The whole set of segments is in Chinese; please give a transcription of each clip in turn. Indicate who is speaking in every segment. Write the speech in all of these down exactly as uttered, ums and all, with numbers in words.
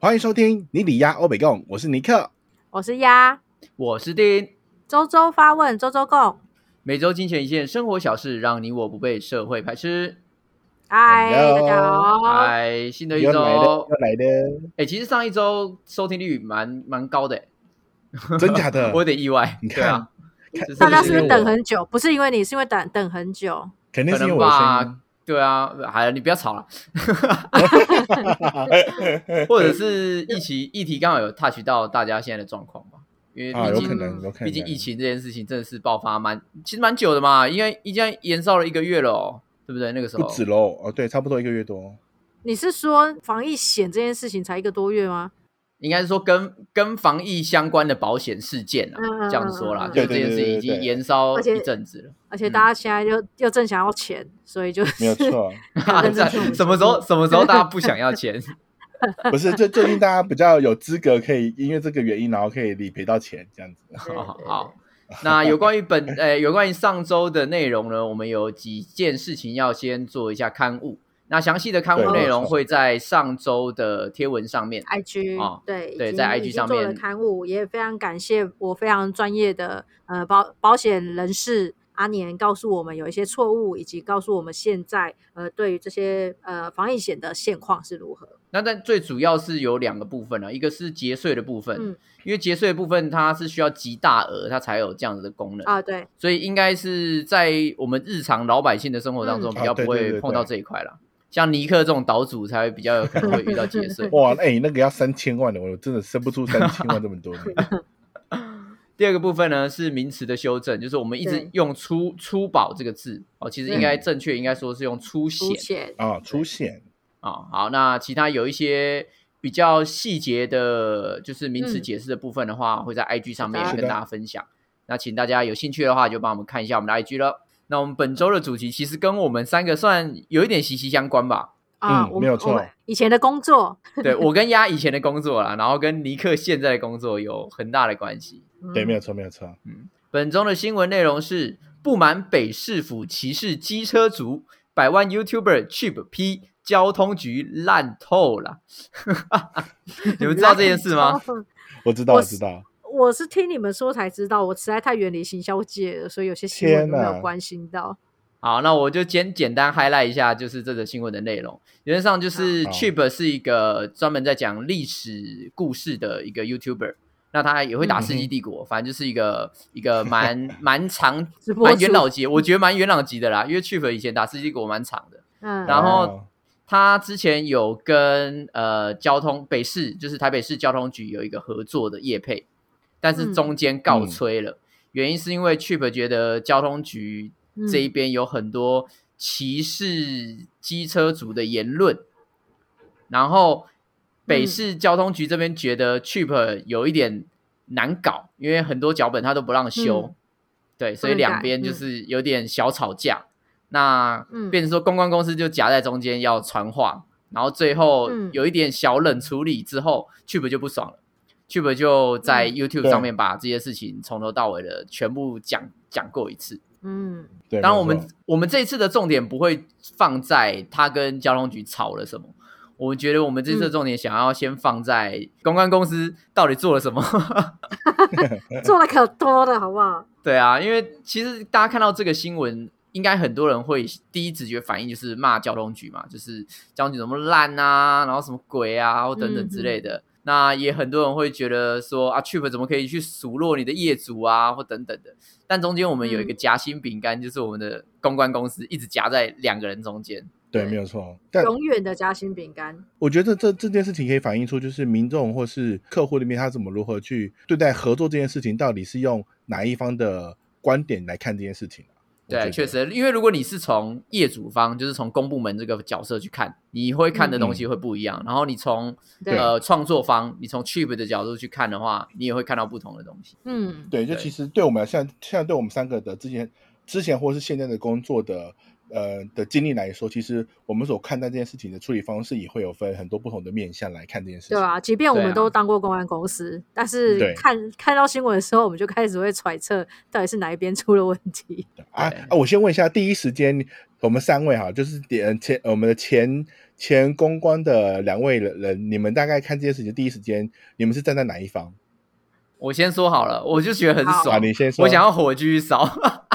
Speaker 1: 欢迎收听尼里鸭欧北共，我是尼克，
Speaker 2: 我是鸭，
Speaker 3: 我是丁，
Speaker 2: 周周发问，周周共，
Speaker 3: 每周精选一件生活小事，让你我不被社会排斥。
Speaker 2: 嗨，大家好，
Speaker 3: 嗨，新的一周
Speaker 1: 又来了，又来了。
Speaker 3: 哎，其实上一周收听率蛮蛮高的，
Speaker 1: 真假的？
Speaker 3: 我有点意外。
Speaker 1: 你看，
Speaker 3: 啊、
Speaker 1: 看
Speaker 2: 大家是不是等很久？不是因为你，是因为等等很久。
Speaker 1: 肯定是因为我的声音。
Speaker 3: 对啊，还你不要吵了。或者是议题议题刚好有 touch 到大家现在的状况吧，因为毕竟、
Speaker 1: 啊、有可能有可能，
Speaker 3: 毕竟疫情这件事情真的是爆发蛮其实蛮久的嘛，应该已经延烧了一个月了哦，对不对？那个时候
Speaker 1: 不止喽，哦，对，差不多一个月多。
Speaker 2: 你是说防疫险这件事情才一个多月吗？
Speaker 3: 应该是说跟跟防疫相关的保险事件啊，
Speaker 2: 嗯、
Speaker 3: 这样子说啦，
Speaker 2: 嗯、
Speaker 3: 就这件事情已经延烧一阵子了，
Speaker 2: 而且大家现在又、嗯、又正想要钱，所以就
Speaker 1: 没有错。
Speaker 3: 什么时候什么时候大家不想要钱？
Speaker 1: 不是，最最近大家比较有资格可以因为这个原因，然后可以理赔到钱这样子。
Speaker 3: 好好，那有关于本呃有关于上周的内容呢，我们有几件事情要先做一下勘误。那详细的刊物内容会在上周的贴文上面
Speaker 2: ，I G、
Speaker 3: 哦、
Speaker 2: 对
Speaker 3: 对，在 I G 上面
Speaker 2: 做了刊物，也非常感谢我非常专业的呃保保险人士阿年告诉我们有一些错误，以及告诉我们现在呃对于这些呃防疫险的现况是如何。
Speaker 3: 那但最主要是有两个部分啊，一个是节税的部分，
Speaker 2: 嗯，
Speaker 3: 因为节税的部分它是需要极大额，它才有这样子的功能
Speaker 2: 啊，对，
Speaker 3: 所以应该是在我们日常老百姓的生活当中比较不会碰到这一块啦。嗯啊像尼克这种岛主才会比较有可能会遇到节税。
Speaker 1: 哇，哎、欸，那个要三千万的，我真的生不出三千万这么多。
Speaker 3: 第二个部分呢是名词的修正，就是我们一直用出出保这个字哦，其实应该正确应该说是用出险
Speaker 1: 啊，出险
Speaker 3: 啊、哦。好，那其他有一些比较细节的，就是名词解释的部分的话，嗯、会在 I G 上面跟大家分享。那请大家有兴趣的话，就帮我们看一下我们的 I G 了。那我们本周的主题其实跟我们三个算有一点息息相关吧？
Speaker 2: 啊，
Speaker 1: 嗯，没有错。
Speaker 2: 以前的工作，
Speaker 3: 对，我跟鸭以前的工作啦，然后跟尼克现在的工作有很大的关系。
Speaker 1: 对，没有错，没有错。
Speaker 3: 嗯，本周的新闻内容是：不满北市府歧视机车族，百万 YouTuber Chip 批交通局烂透了。你们知道这件事吗？
Speaker 1: 我知道，我知道。
Speaker 2: 我是听你们说才知道，我实在太远离行销界了，所以有些新闻都没有关心到。
Speaker 3: 好，那我就简简单 highlight 一下，就是这个新闻的内容。原则上就是 Chip 是一个专门在讲历史故事的一个 YouTuber， 那他也会打世纪帝国，嗯、反正就是一个一个蛮蛮长、蛮元老级，我觉得蛮元老级的啦，因为 Chip 以前打世纪帝国蛮长的。嗯，然后他之前有跟呃交通北市，就是台北市交通局有一个合作的业配。但是中间告吹了、嗯，原因是因为 Chip 觉得交通局这一边有很多歧视机车族的言论、嗯，然后北市交通局这边觉得 Chip 有一点难搞，因为很多脚本他都不让修，嗯、对，所以两边就是有点小吵架。嗯、那变成说公关公司就夹在中间要传话，然后最后有一点小冷处理之后、嗯、，Chip 就不爽了。Chip 就在 YouTube 上面把这些事情从头到尾的全部讲讲过一次。
Speaker 2: 嗯，
Speaker 1: 对。
Speaker 3: 当然，我们我们这一次的重点不会放在他跟交通局吵了什么，我们觉得我们这次的重点想要先放在公关公司到底做了什么。
Speaker 2: 做了可多了，好不好？
Speaker 3: 对啊，因为其实大家看到这个新闻，应该很多人会第一直觉反应就是骂交通局嘛，就是交通局怎么烂啊，然后什么鬼啊，或等等之类的。嗯，那也很多人会觉得说啊 Chip 怎么可以去数落你的业主啊或等等的，但中间我们有一个夹心饼干、嗯、就是我们的公关公司一直夹在两个人中间。
Speaker 1: 对, 对没有错，
Speaker 2: 永远的夹心饼干。
Speaker 1: 我觉得这这件事情可以反映出就是民众或是客户那边他怎么如何去对待合作这件事情，到底是用哪一方的观点来看这件事情。
Speaker 3: 对，确实，因为如果你是从业主方，就是从公部门这个角色去看，你会看的东西会不一样。嗯、然后你从呃创作方，你从 Chip 的角度去看的话，你也会看到不同的东西。
Speaker 2: 嗯，
Speaker 1: 对，就其实对我们现在现在对我们三个的之前之前或是现在的工作的呃的经历来说，其实我们所看待这件事情的处理方式也会有分很多不同的面向来看这件事情。
Speaker 2: 对啊，即便我们都当过公关公司，啊、但是看看到新闻的时候，我们就开始会揣测到底是哪一边出了问题。
Speaker 1: 啊啊！我先问一下，第一时间我们三位哈，就是前我们的前前公关的两位人，你们大概看这件事情第一时间，你们是站在哪一方？
Speaker 3: 我先说好了，我就觉得很爽。
Speaker 1: 啊、你先说，
Speaker 3: 我想要火继续烧。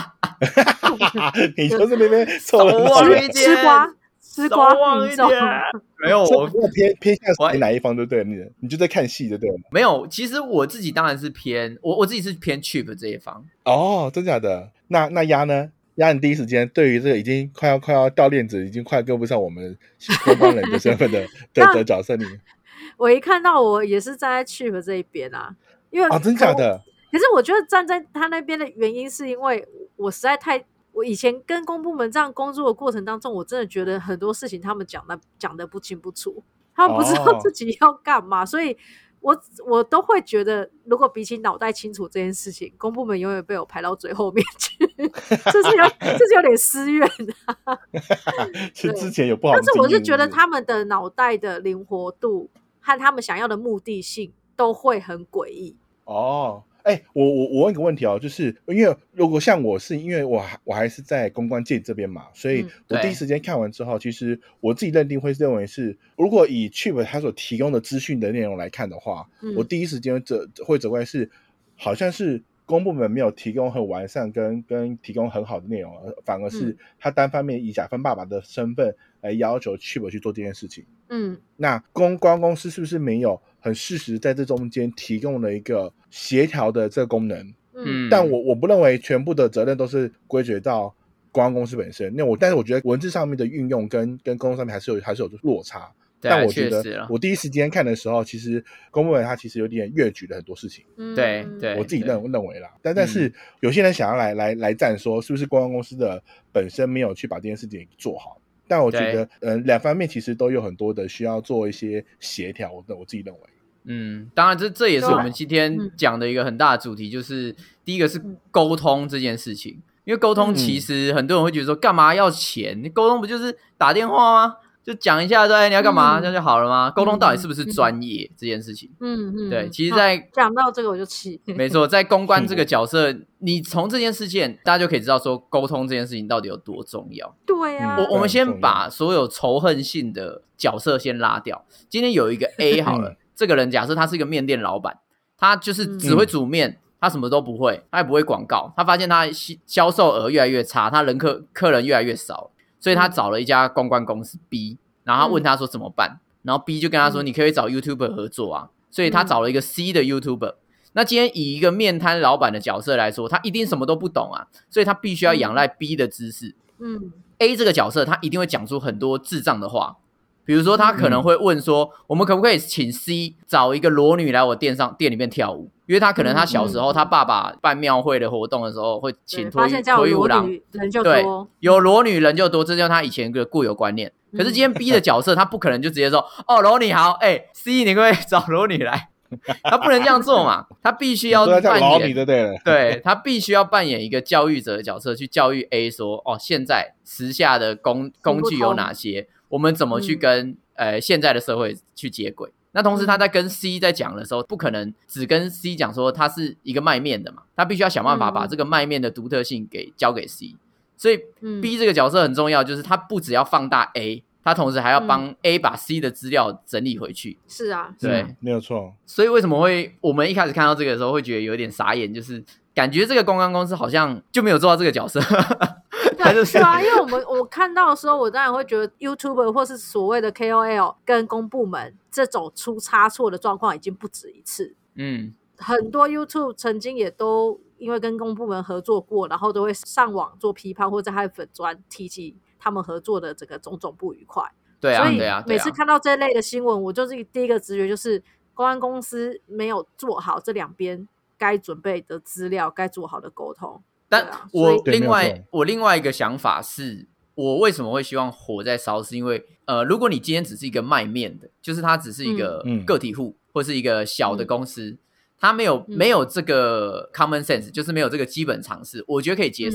Speaker 1: 你就是那边凑了
Speaker 2: 吃瓜吃瓜民众，
Speaker 3: 没有我
Speaker 1: 偏偏向谁哪一方对不对？你你就在看戏对不对？
Speaker 3: 没有，其实我自己当然是偏我我自己是偏 cheap 这一方。
Speaker 1: 哦，真假的？那那鸭呢？鸭你第一时间对于这个已经快要快要掉链子，已经快跟不上我们公关人的身份的的的角色，你
Speaker 2: 我一看到我也是站在 cheap 这一边啊，因为
Speaker 1: 啊、哦，真假的？
Speaker 2: 可是我觉得站在他那边的原因是因为我实在太。我以前跟公部门这样工作的过程当中，我真的觉得很多事情他们讲的讲的不清不楚，他们不知道自己要干嘛，哦、所以我我都会觉得，如果比起脑袋清楚这件事情，公部门永远被我排到最后面去，这是有这是有点私怨啊。
Speaker 1: 是之前有不好的经验，
Speaker 2: 但是我是觉得他们的脑袋的灵活度和他们想要的目的性都会很诡异
Speaker 1: 哦。哎、欸，我我我问一个问题哦，就是因为如果像我是因为我还我还是在公关界这边嘛，所以我第一时间看完之后，嗯、其实我自己认定会认为是，如果以 Cheap 他所提供的资讯的内容来看的话，嗯、我第一时间责会责怪是，好像是公部门没有提供很完善跟跟提供很好的内容，反而是他单方面以甲方爸爸的身份来要求 Cheap 去做这件事情。嗯，那公关公司是不是没有很适时在这中间提供了一个协调的这个功能？嗯，但我我不认为全部的责任都是归结到公关公司本身。那我但是我觉得文字上面的运用跟跟沟通上面还是有还是有落差。但我觉得我第一时间看的时候，其实公部门他其实有点越矩了很多事情。
Speaker 3: 对对，
Speaker 1: 我自己认认为啦。但但是有些人想要来来来站说，是不是公关公司的本身没有去把这件事情做好？但我觉得，呃，两方面其实都有很多的需要做一些协调。我我自己认为，
Speaker 3: 嗯，当然这这也是我们今天讲的一个很大的主题，就是第一个是沟通这件事情。因为沟通其实很多人会觉得说，干嘛要钱？你沟通不就是打电话吗？就讲一下，对，你要干嘛，嗯、这样就好了吗？沟通到底是不是专业、嗯、这件事情？嗯嗯，对，其实在，在
Speaker 2: 讲到这个我就气。
Speaker 3: 没错，在公关这个角色，你从这件事件，大家就可以知道说，沟通这件事情到底有多重要。
Speaker 2: 对啊，
Speaker 3: 我我们先把所有仇恨性的角色先拉掉。今天有一个 A 好了，嗯、这个人假设他是一个面店老板，他就是只会煮面。嗯他什么都不会，他也不会广告。他发现他销售额越来越差，他人客客人越来越少，所以他找了一家公关公司 B， 然后他问他说怎么办，嗯、然后 B 就跟他说、嗯、你可以找 YouTuber 合作啊，所以他找了一个 C 的 YouTuber。那今天以一个面摊老板的角色来说，他一定什么都不懂啊，所以他必须要仰赖 B 的知识。嗯 ，A 这个角色他一定会讲出很多智障的话。比如说他可能会问说、嗯、我们可不可以请 C 找一个裸女来我店上店里面跳舞，因为他可能他小时候、嗯、他爸爸办庙会的活动的时候会请脱衣脱衣舞郎，对，有裸女人就多，这就是他以前的固有观念。可是今天 B 的角色他不可能就直接说哦裸女好，哎、欸、C 你可不可以找裸女来，他不能这样做嘛，他必须要扮演
Speaker 1: 对对
Speaker 3: 对，他必须要扮演一个教育者的角色去教育 A 说哦现在时下的工工具有哪些，我们怎么去跟、嗯、呃现在的社会去接轨。那同时他在跟 C 在讲的时候，不可能只跟 C 讲说他是一个卖面的嘛，他必须要想办法把这个卖面的独特性给交给 C。所以 B 这个角色很重要，就是他不只要放大 A， 他同时还要帮 A 把 C 的资料整理回去。
Speaker 2: 是啊，
Speaker 3: 对，
Speaker 1: 嗯、没有错。
Speaker 3: 所以为什么会我们一开始看到这个的时候会觉得有点傻眼，就是感觉这个公关公司好像就没有做到这个角色。
Speaker 2: 对，就是、啊，因为我们我看到的时候，我当然会觉得 YouTuber 或是所谓的 K O L 跟公部门这种出差错的状况已经不止一次。嗯，很多 YouTube 曾经也都因为跟公部门合作过，然后都会上网做批判，或者在他的粉专提起他们合作的整个种种不愉快。
Speaker 3: 对啊，
Speaker 2: 所以
Speaker 3: 对啊，
Speaker 2: 每次看到这类的新闻，我就是第一个直觉就是公关公司没有做好这两边该准备的资料，该做好的沟通。
Speaker 3: 但我另外我另外一个想法是，我为什么会希望火在烧，是因为呃，如果你今天只是一个卖面的，就是他只是一个个体户、嗯、或是一个小的公司，嗯、他没有、嗯、没有这个 common sense， 就是没有这个基本常识，我觉得可以接受。嗯、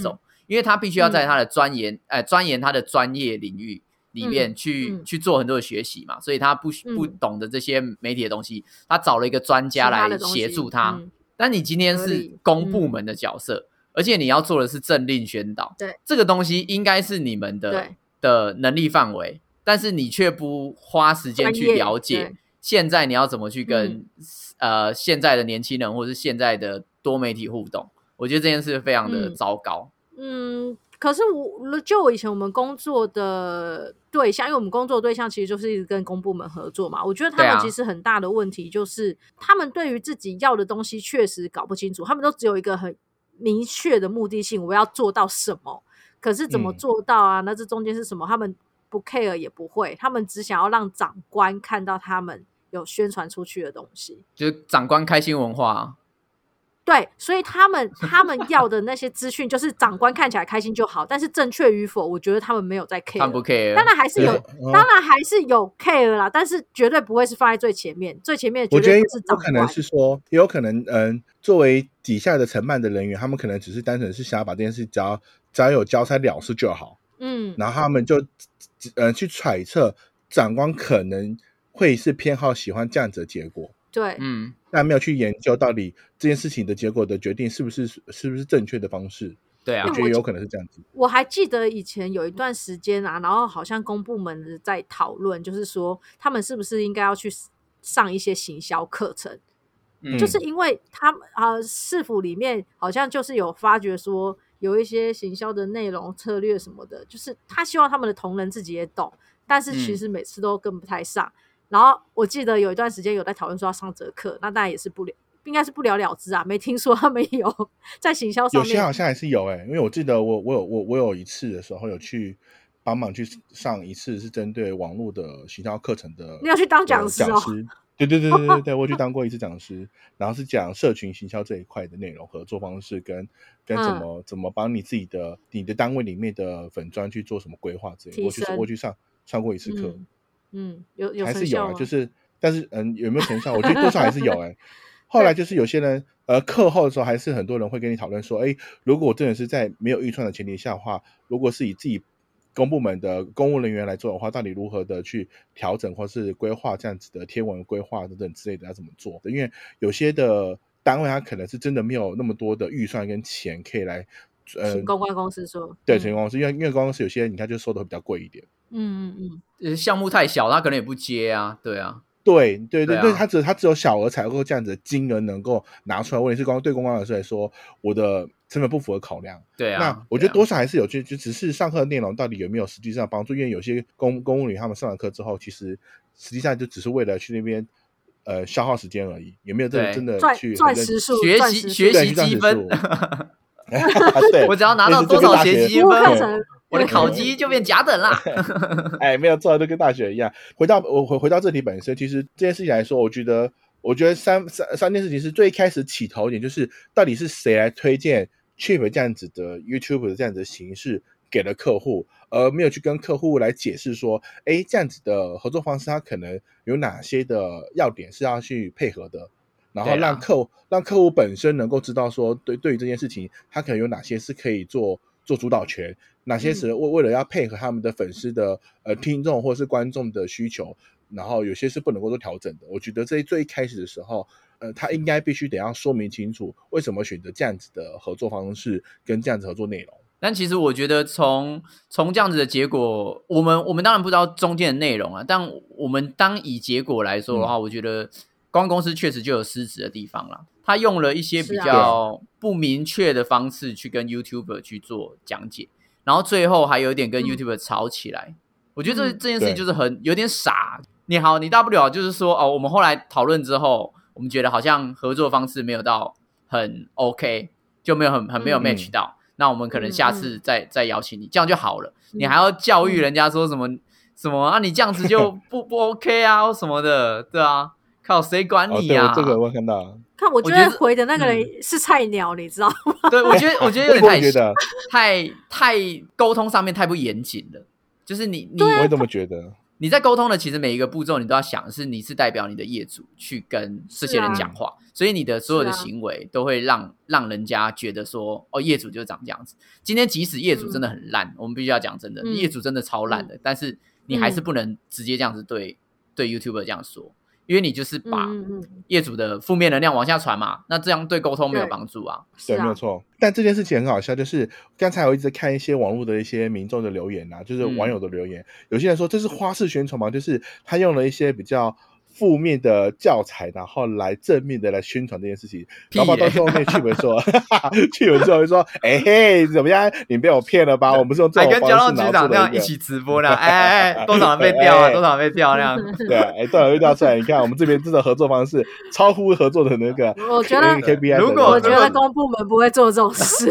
Speaker 3: 因为他必须要在他的钻研，呃，钻研他的专业领域里面去、
Speaker 2: 嗯嗯、
Speaker 3: 去做很多的学习嘛，所以他不不懂得这些媒体的东西，他找了一个专家来协助他。嗯、但你今天是公部门的角色，嗯、而且你要做的是政令宣导，
Speaker 2: 对
Speaker 3: 这个东西应该是你们的的能力范围，但是你却不花时间去了解。现在你要怎么去跟、嗯、呃现在的年轻人或是现在的多媒体互动？我觉得这件事非常的糟糕。
Speaker 2: 嗯，嗯可是我就我以前我们工作的对象，因为我们工作的对象其实就是一直跟公部门合作嘛，我觉得他们其实很大的问题就是、啊、他们对于自己要的东西确实搞不清楚，他们都只有一个很明确的目的性，我要做到什么，可是怎么做到啊、嗯、那这中间是什么他们不 care 也不会，他们只想要让长官看到他们有宣传出去的东西，
Speaker 3: 就是长官开心文化。
Speaker 2: 对，所以他们他们要的那些资讯就是长官看起来开心就好，但是正确与否我觉得他们没有在 care，
Speaker 3: 他们不 care，
Speaker 2: 当然还是有当然还是有 care 啦，但是绝对不会是放在最前面，最前面绝对不是长官。
Speaker 1: 我觉得有可能是说也有可能嗯，作为底下的承办的人员，他们可能只是单纯是想要把这件事只要只要有交差了事就好，嗯，然后他们就呃去揣测长官可能会是偏好喜欢这样子的结果，
Speaker 2: 对，
Speaker 3: 嗯，
Speaker 1: 但没有去研究到底这件事情的结果的决定是不是是不是正确的方式。
Speaker 3: 对啊，
Speaker 1: 我觉得有可能是这样子。
Speaker 2: 我还记得以前有一段时间啊，然后好像公部门在讨论，就是说他们是不是应该要去上一些行销课程，嗯、就是因为他们啊市府里面好像就是有发觉说有一些行销的内容策略什么的，就是他希望他们的同仁自己也懂，但是其实每次都跟不太上。嗯，然后我记得有一段时间有在讨论说要上这课，那当然也是不了，应该是不了了之啊，没听说他们有在行销上面。
Speaker 1: 有些好像还是有哎、欸，因为我记得我我有我我有一次的时候有去帮忙去上一次是针对网络的行销课程的，
Speaker 2: 你要去当讲师哦？
Speaker 1: 对对对对对对，我去当过一次讲师，然后是讲社群行销这一块的内容、合作方式跟跟怎么、嗯、怎么帮你自己的你的单位里面的粉专去做什么规划之类的。我去我去上上过一次课。嗯
Speaker 2: 嗯，有有
Speaker 1: 还是有啊，就是但是嗯，有没有成效？我觉得多少还是有哎、欸。后来就是有些人呃课后的时候，还是很多人会跟你讨论说，哎，如果我真的是在没有预算的前提下的话，如果是以自己公部门的公务人员来做的话，到底如何的去调整或是规划这样子的天文规划等等之类的要怎么做？因为有些的单位它可能是真的没有那么多的预算跟钱可以来。
Speaker 2: 呃，请公关公司说，
Speaker 1: 对，请公关公司，因为因为公关公司有些你看就收的会比较贵一点，
Speaker 2: 嗯嗯
Speaker 3: 嗯，项目太小，他可能也不接啊，对啊，
Speaker 1: 对对对对，他只他只有小额采购这样子的金额能够拿出来，问题是光对公关公司来说，我的成本不符合考量，
Speaker 3: 对啊，
Speaker 1: 那我觉得多少还是有，就就只是上课的内容到底有没有实际上帮助，因为有些公公务员他们上完课之后，其实实际上就只是为了去那边。呃，消耗时间而已，也没有真的真的去
Speaker 2: 赚时数、
Speaker 3: 学习学习积分。
Speaker 1: 对，
Speaker 3: 我只要拿到多少学习
Speaker 2: 分，
Speaker 3: 我的考绩就变甲等啦。
Speaker 1: 哎，没有做到就跟大学一样。回到我回回到这题本身，其实这件事情来说，我觉得，我觉得三三三件事情是最开始起头点，就是到底是谁来推荐 Chip 这样子的 YouTube 的这样子的形式给了客户，而没有去跟客户来解释说，哎，这样子的合作方式，它可能有哪些的要点是要去配合的。然后让客户、啊、让客户本身能够知道说，对对于这件事情，他可能有哪些是可以做做主导权，哪些是为为了要配合他们的粉丝的呃听众或是观众的需求，然后有些是不能够做调整的。我觉得这最一开始的时候，呃，他应该必须得要说明清楚为什么选择这样子的合作方式跟这样子合作内容。
Speaker 3: 但其实我觉得从从这样子的结果，我们我们当然不知道中间的内容啊，但我们当以结果来说的话，嗯、我觉得。公关公司确实就有失职的地方啦，他用了一些比较不明确的方式去跟 YouTuber 去做讲解，然后最后还有一点跟 YouTuber 吵起来。嗯、我觉得这这件事情就是很有点傻。你好，你大不了就是说哦，我们后来讨论之后，我们觉得好像合作方式没有到很 OK， 就没有很很没有 match 到，嗯、那我们可能下次再、嗯、再邀请你，这样就好了。嗯、你还要教育人家说什么、嗯、什么啊？你这样子就不不 OK 啊，或什么的，对啊。靠，谁管你啊？
Speaker 1: 哦、对，这个我看到。
Speaker 2: 看，我觉得回的那个人是菜鸟，嗯、你知道吗？
Speaker 3: 对，我觉得我觉得有点太太太沟通上面太不严谨了。就是你你
Speaker 1: 我也这么觉得。
Speaker 3: 你在沟通的其实每一个步骤你都要想的是你是代表你的业主去跟这些人讲话、啊、所以你的所有的行为都会让让人家觉得说哦，业主就长这样子。今天即使业主真的很烂、嗯、我们必须要讲真的、嗯、业主真的超烂的、嗯、但是你还是不能直接这样子对、嗯、对 YouTuber 这样说，因为你就是把业主的负面能量往下传嘛，那这样对沟通没有帮助啊。
Speaker 1: 对，没有错。但这件事情很好笑，就是刚才我一直在看一些网络的一些民众的留言啊，就是网友的留言、嗯、有些人说这是花式宣传嘛，就是他用了一些比较负面的教材，然后来正面的来宣传这件事情，然后到后面去文说去文之后就说哎、欸、嘿怎么样，你被我骗了吧，我们是用这种方式，还跟交通局长
Speaker 3: 那样一起直播那样，哎哎哎，多少人被调啊，多少人被调那样，
Speaker 1: 对啊，哎，多少人被调出来，你看我们这边这种合作方式超乎合作的那个，
Speaker 2: 我觉得
Speaker 1: K P I，
Speaker 2: 如果我觉得公部门不会做这种事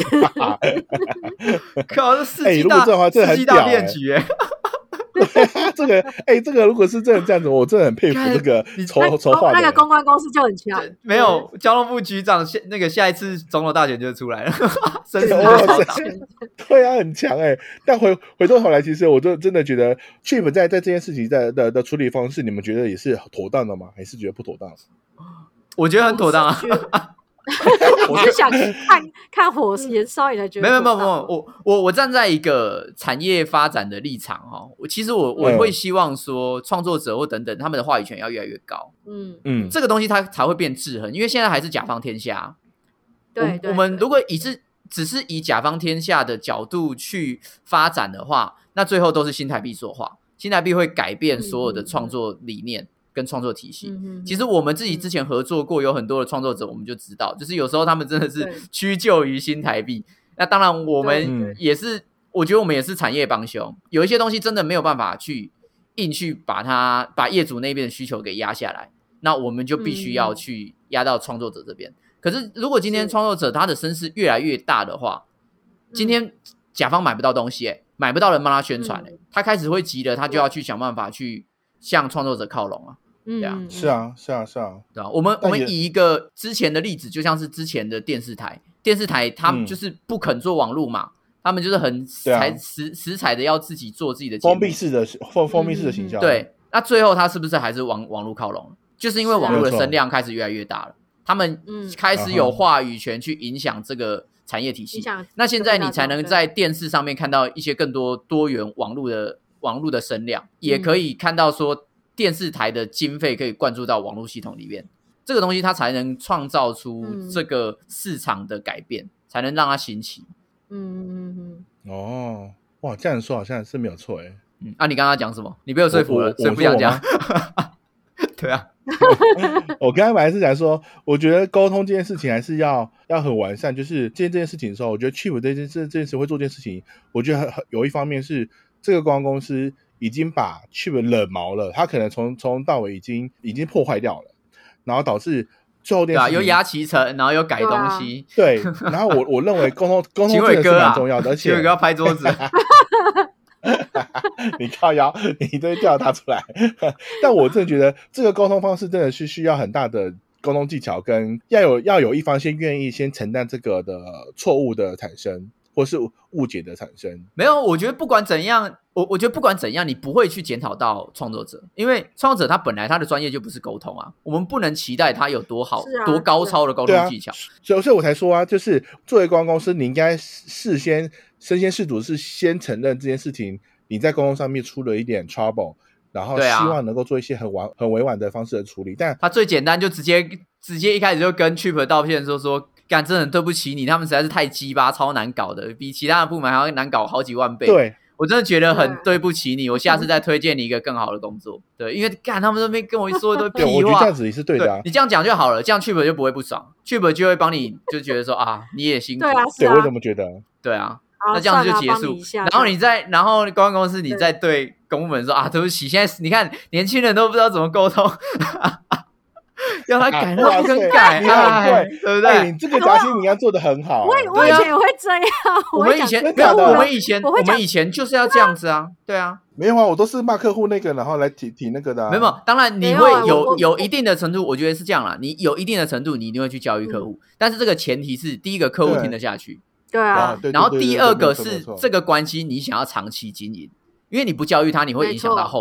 Speaker 3: 靠，这世纪大世纪大骗局哎。
Speaker 1: 这个哎、欸，这个如果是真的这样子，我真的很佩服这个筹筹划的
Speaker 2: 那个公关公司就很强。
Speaker 3: 没有交通部局长，那个下一次总统大选就出来了，声势
Speaker 1: 超强。对啊，很强哎、欸。但回回过头来，其实我就真的觉得 Chip 在在这件事情的的的处理方式，你们觉得也是妥当的吗？还是觉得不妥当？
Speaker 3: 我觉得很妥当啊。
Speaker 2: 我就想看看火焰烧你才觉得
Speaker 3: 没有没有没有，我我我站在一个产业发展的立场哈，我其实我我会希望说创作者或等等他们的话语权要越来越高，嗯嗯，这个东西它才会变制衡，因为现在还是甲方天下。
Speaker 2: 对，
Speaker 3: 我, 我们如果以是只是以甲方天下的角度去发展的话，那最后都是新台币说话，新台币会改变所有的创作理念。嗯嗯跟创作体系、嗯、其实我们自己之前合作过有很多的创作者，我们就知道就是有时候他们真的是屈就于新台币，那当然我们也是，我觉得我们也是产业帮凶，有一些东西真的没有办法去硬去把它把业主那边的需求给压下来，那我们就必须要去压到创作者这边、嗯、可是如果今天创作者他的声势越来越大的话，今天甲方买不到东西、欸、买不到人帮他宣传、欸嗯、他开始会急了，他就要去想办法去向创作者靠拢啊。对啊，
Speaker 1: 是啊，是啊，是啊，
Speaker 3: 对啊。我们我们以一个之前的例子，就像是之前的电视台，电视台他们就是不肯做网路嘛，嗯、他们就是很才实实彩的要自己做自己的节目，
Speaker 1: 封闭式的封封闭式的行销、嗯。
Speaker 3: 对，那最后他是不是还是往网路靠拢？就是因为网路的声量开始越来越大了，他们开始有话语权去影响这个产业体系。嗯、那现在你才能在电视上面看到一些更多多元网路的网路的声量，也可以看到说。电视台的经费可以灌注到网络系统里面，这个东西它才能创造出这个市场的改变、嗯、才能让它兴起。
Speaker 2: 嗯嗯嗯。
Speaker 1: 哦，哇，这样说好像是没有错哎。
Speaker 3: 嗯，啊，你刚刚讲什么？你被我说服了，所以不想讲。对啊。
Speaker 1: 我刚才本来是讲说，我觉得沟通这件事情还是要要很完善。就是今天这件事情的时候，我觉得 Chip 这件事这件事会做这件事情，我觉得很有一方面是这个公关公司。已经把 Chip 冷毛了，他可能从从到尾已经已经破坏掉了，然后导致最后这件事情、
Speaker 3: 对啊、又压期程，然后又改东西，
Speaker 1: 对，然后我我认为沟通沟通真的是蛮重要的，而且
Speaker 3: 秦伟哥要拍桌子，
Speaker 1: 你靠腰，你都叫他出来，但我真的觉得这个沟通方式真的是需要很大的沟通技巧，跟要有要有一方先愿意先承担这个的错误的产生。或是误解的产生。
Speaker 3: 没有，我觉得不管怎样，我我觉得不管怎样，你不会去检讨到创作者，因为创作者他本来他的专业就不是沟通啊，我们不能期待他有多好、啊、多高超的沟通技巧。
Speaker 1: 所以、啊、所以我才说啊，就是作为公关公司，你应该事先身先士卒，是先承认这件事情，你在沟通上面出了一点 trouble， 然后希望能够做一些很婉、很委婉的方式的处理。但
Speaker 3: 他最简单就直接直接一开始就跟 Chip 道歉说说。干，真的很对不起你，他们实在是太鸡巴，超难搞的，比其他的部门还要难搞好几万倍。
Speaker 1: 对，
Speaker 3: 我真的觉得很对不起你，我下次再推荐你一个更好的工作。对，因为干他们那边跟我一说一堆屁话，
Speaker 1: 我觉得这样子也是对的、啊。
Speaker 3: 你这样讲就好了，这样 Chip 就不会不爽 ，Chip 就会帮你就觉得说啊，你也辛苦。
Speaker 2: 对啊，
Speaker 1: 对，我怎么觉得？
Speaker 3: 对啊，那这样就结束。然后你再，然后公关公司你再对公部门说啊，对不起，现在你看年轻人都不知道怎么沟通。要他改他不更改，
Speaker 1: 你很
Speaker 3: 对，对不对？
Speaker 1: 欸、你这个夹心你要做得很好、啊。
Speaker 2: 我我以前也会这样，
Speaker 3: 我们以前没有，我们以前我们以前就是要这样子啊，对啊。
Speaker 1: 没有啊，我都是骂客户那个，然后来提提那个的、啊。
Speaker 3: 没有，当然你会有有一定的程度，我觉得是这样啦。你有一定的程度，你一定会去教育客户，嗯、但是这个前提是第一个客户听得下去，
Speaker 2: 对啊。
Speaker 3: 然后第二个是这个关系你想要长期经营，因为你不教育他，你会影响到后面。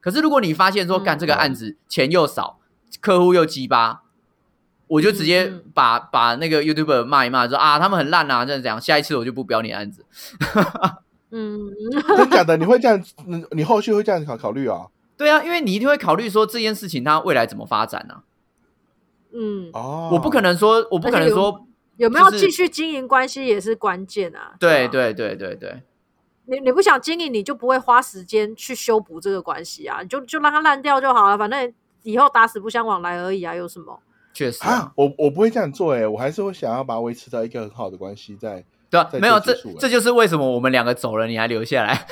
Speaker 3: 可是如果你发现说干、嗯、这个案子钱又少，客户又鸡巴，我就直接把、嗯、把那个 YouTuber 骂一骂，说啊他们很烂啊，这样这样，下一次我就不标你案子。
Speaker 2: 嗯，
Speaker 1: 真假的？你会这样？你后续会这样考考虑啊？
Speaker 3: 对啊，因为你一定会考虑说这件事情它未来怎么发展啊。
Speaker 2: 嗯，
Speaker 1: 哦，
Speaker 3: 我不可能说，我不可能说
Speaker 2: 有没有继续经营关系也是关键啊。
Speaker 3: 对对对对对。
Speaker 2: 你你不想经营，你就不会花时间去修补这个关系啊，你就就让它烂掉就好了，反正以后打死不相往来而已啊，有什么？
Speaker 3: 确实
Speaker 1: 啊，我我不会这样做哎、欸，我还是会想要把它维持到一个很好的关系在。
Speaker 3: 对啊，没有这这就是为什么我们两个走了，你还留下来。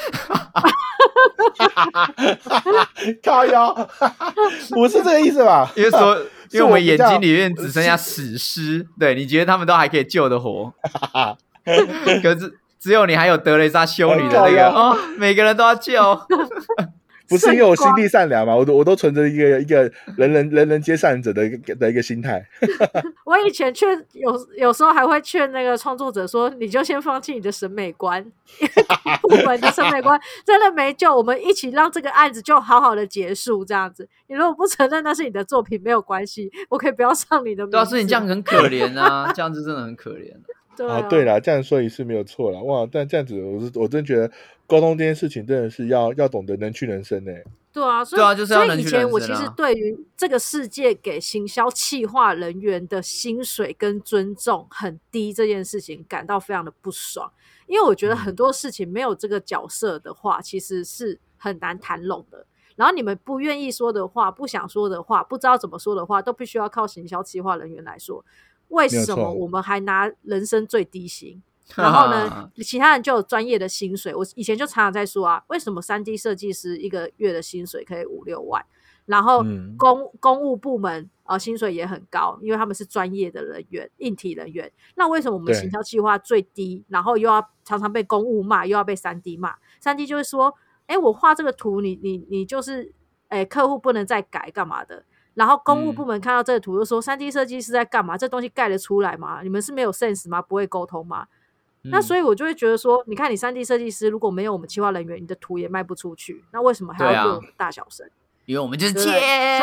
Speaker 1: 靠腰，不是这个意思吧？
Speaker 3: 因为说，因为我们眼睛里面只剩下死尸，对，你觉得他们都还可以救得活，可是。只有你还有德蕾莎修女的那个哦，每个人都要救。
Speaker 1: 不是因为我心地善良嘛，我都我都存着一个一个人人人人皆善者的一个的一个心态。
Speaker 2: 我以前劝有有时候还会劝那个创作者说，你就先放弃你的审美观，因为部门的审美观真的没救，我们一起让这个案子就好好的结束这样子。你如果不承认那是你的作品，没有关系，我可以不要上你的名字。
Speaker 3: 对啊，是你这样很可怜啊，这样子真的很可怜。
Speaker 2: 对啊，
Speaker 1: 哦，对啦，这样说也是没有错啦。哇，但这样子我是我真觉得沟通这件事情真的是要要懂得能屈能伸欸。
Speaker 2: 对啊，所以
Speaker 3: 对啊，就是要能屈能伸啊。
Speaker 2: 所以以前我其实对于这个世界给行销企划人员的薪水跟尊重很低这件事情感到非常的不爽，因为我觉得很多事情没有这个角色的话，其实是很难谈拢的。然后你们不愿意说的话，不想说的话，不知道怎么说的话，都必须要靠行销企划人员来说。为什么我们还拿人生最低薪？然后呢，其他人就有专业的薪水。我以前就常常在说啊，为什么 三 D 设计师一个月的薪水可以五六万？然后公、嗯、公务部门呃薪水也很高，因为他们是专业的人员，硬体人员。那为什么我们行销企划最低，然后又要常常被公务骂，又要被 三 D 骂 ？三 D 就是说，哎，我画这个图，你你你就是，哎，客户不能再改干嘛的？然后公务部门看到这个图就说、嗯、三 D 设计师在干嘛？这东西盖得出来吗？你们是没有 sense 吗？不会沟通吗？嗯、那所以我就会觉得说，你看你 三 D 设计师如果没有我们企划人员，你的图也卖不出去，那为什么还要用大小声？
Speaker 3: 因为我们就是钱。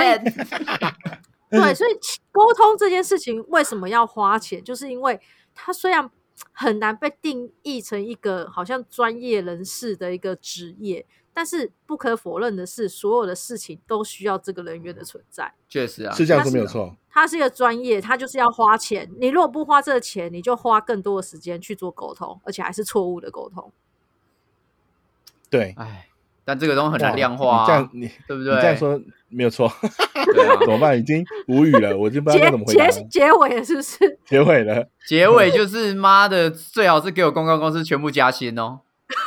Speaker 2: 对，所以沟通这件事情为什么要花钱？就是因为它虽然很难被定义成一个好像专业人士的一个职业，但是不可否认的是，所有的事情都需要这个人员的存在。
Speaker 3: 确实啊，
Speaker 1: 是这样说没有错。
Speaker 2: 他是一个专业，他就是要花钱。你如果不花这个钱，你就花更多的时间去做沟通，而且还是错误的沟通。
Speaker 1: 对，
Speaker 3: 哎，但这个东西很难量化、啊，
Speaker 1: 你这样你
Speaker 3: 对不对？
Speaker 1: 你这样说没有错。
Speaker 3: 对啊，
Speaker 1: 怎么办？已经无语了，我就不知道该怎么回答了。
Speaker 2: 结结尾了是不是？
Speaker 1: 结尾了，
Speaker 3: 结尾就是妈的，最好是给我公关公司全部加薪哦。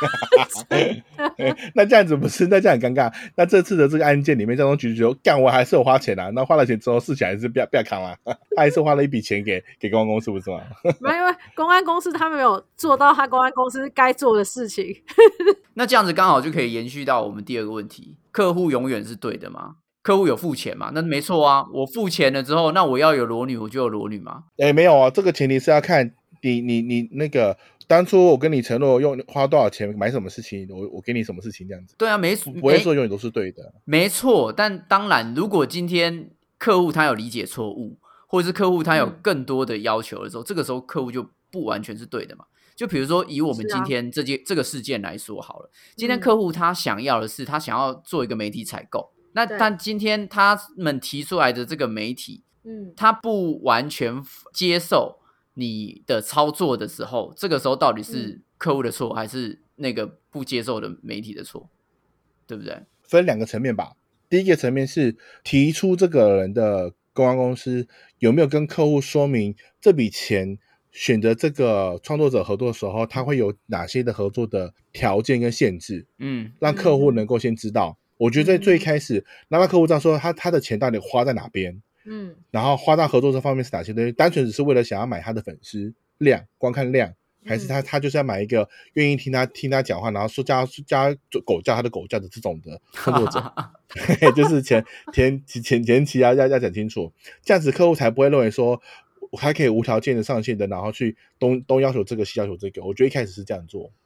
Speaker 1: 那这样子不是？那这样很尴尬。那这次的这个案件里面，交通局就干，我还是有花钱啊。那花了钱之后，事情还是不要不要扛啦。他还是花了一笔钱给给公关公司，不是吗？
Speaker 2: 没有，因为公关公司他没有做到他公关公司该做的事情。
Speaker 3: 那这样子刚好就可以延续到我们第二个问题：客户永远是对的吗？客户有付钱嘛？那没错啊，我付钱了之后，那我要有裸女，我就有裸女嘛。
Speaker 1: 哎、欸，没有啊，这个前提是要看你你你那个。当初我跟你承诺用花多少钱买什么事情，我我给你什么事情这样子。
Speaker 3: 对啊，没
Speaker 1: 不会说永远都是对的。
Speaker 3: 没错，但当然，如果今天客户他有理解错误，或者是客户他有更多的要求的时候，嗯、这个时候客户就不完全是对的嘛。就比如说以我们今天这件、啊、这个事件来说好了，今天客户他想要的是他想要做一个媒体采购，那但今天他们提出来的这个媒体，嗯，他不完全接受你的操作的时候，这个时候到底是客户的错、嗯、还是那个不接受的媒体的错，对不对？
Speaker 1: 分两个层面吧。第一个层面是提出这个人的公关公司有没有跟客户说明这笔钱选择这个创作者合作的时候，他会有哪些的合作的条件跟限制，嗯，让客户能够先知道。嗯、我觉得在最开始让客户知道说他他的钱到底花在哪边。嗯，然后花到合作这方面是哪些东西？单纯只是为了想要买他的粉丝量、观看量，还是他、嗯、他就是要买一个愿意听他听他讲话，然后说叫叫狗叫他的狗叫的这种的创作者，就是前前前前期啊要要讲清楚，这样子客户才不会认为说还可以无条件的上线的，然后去东东要求这个西要求这个。我觉得一开始是这样做。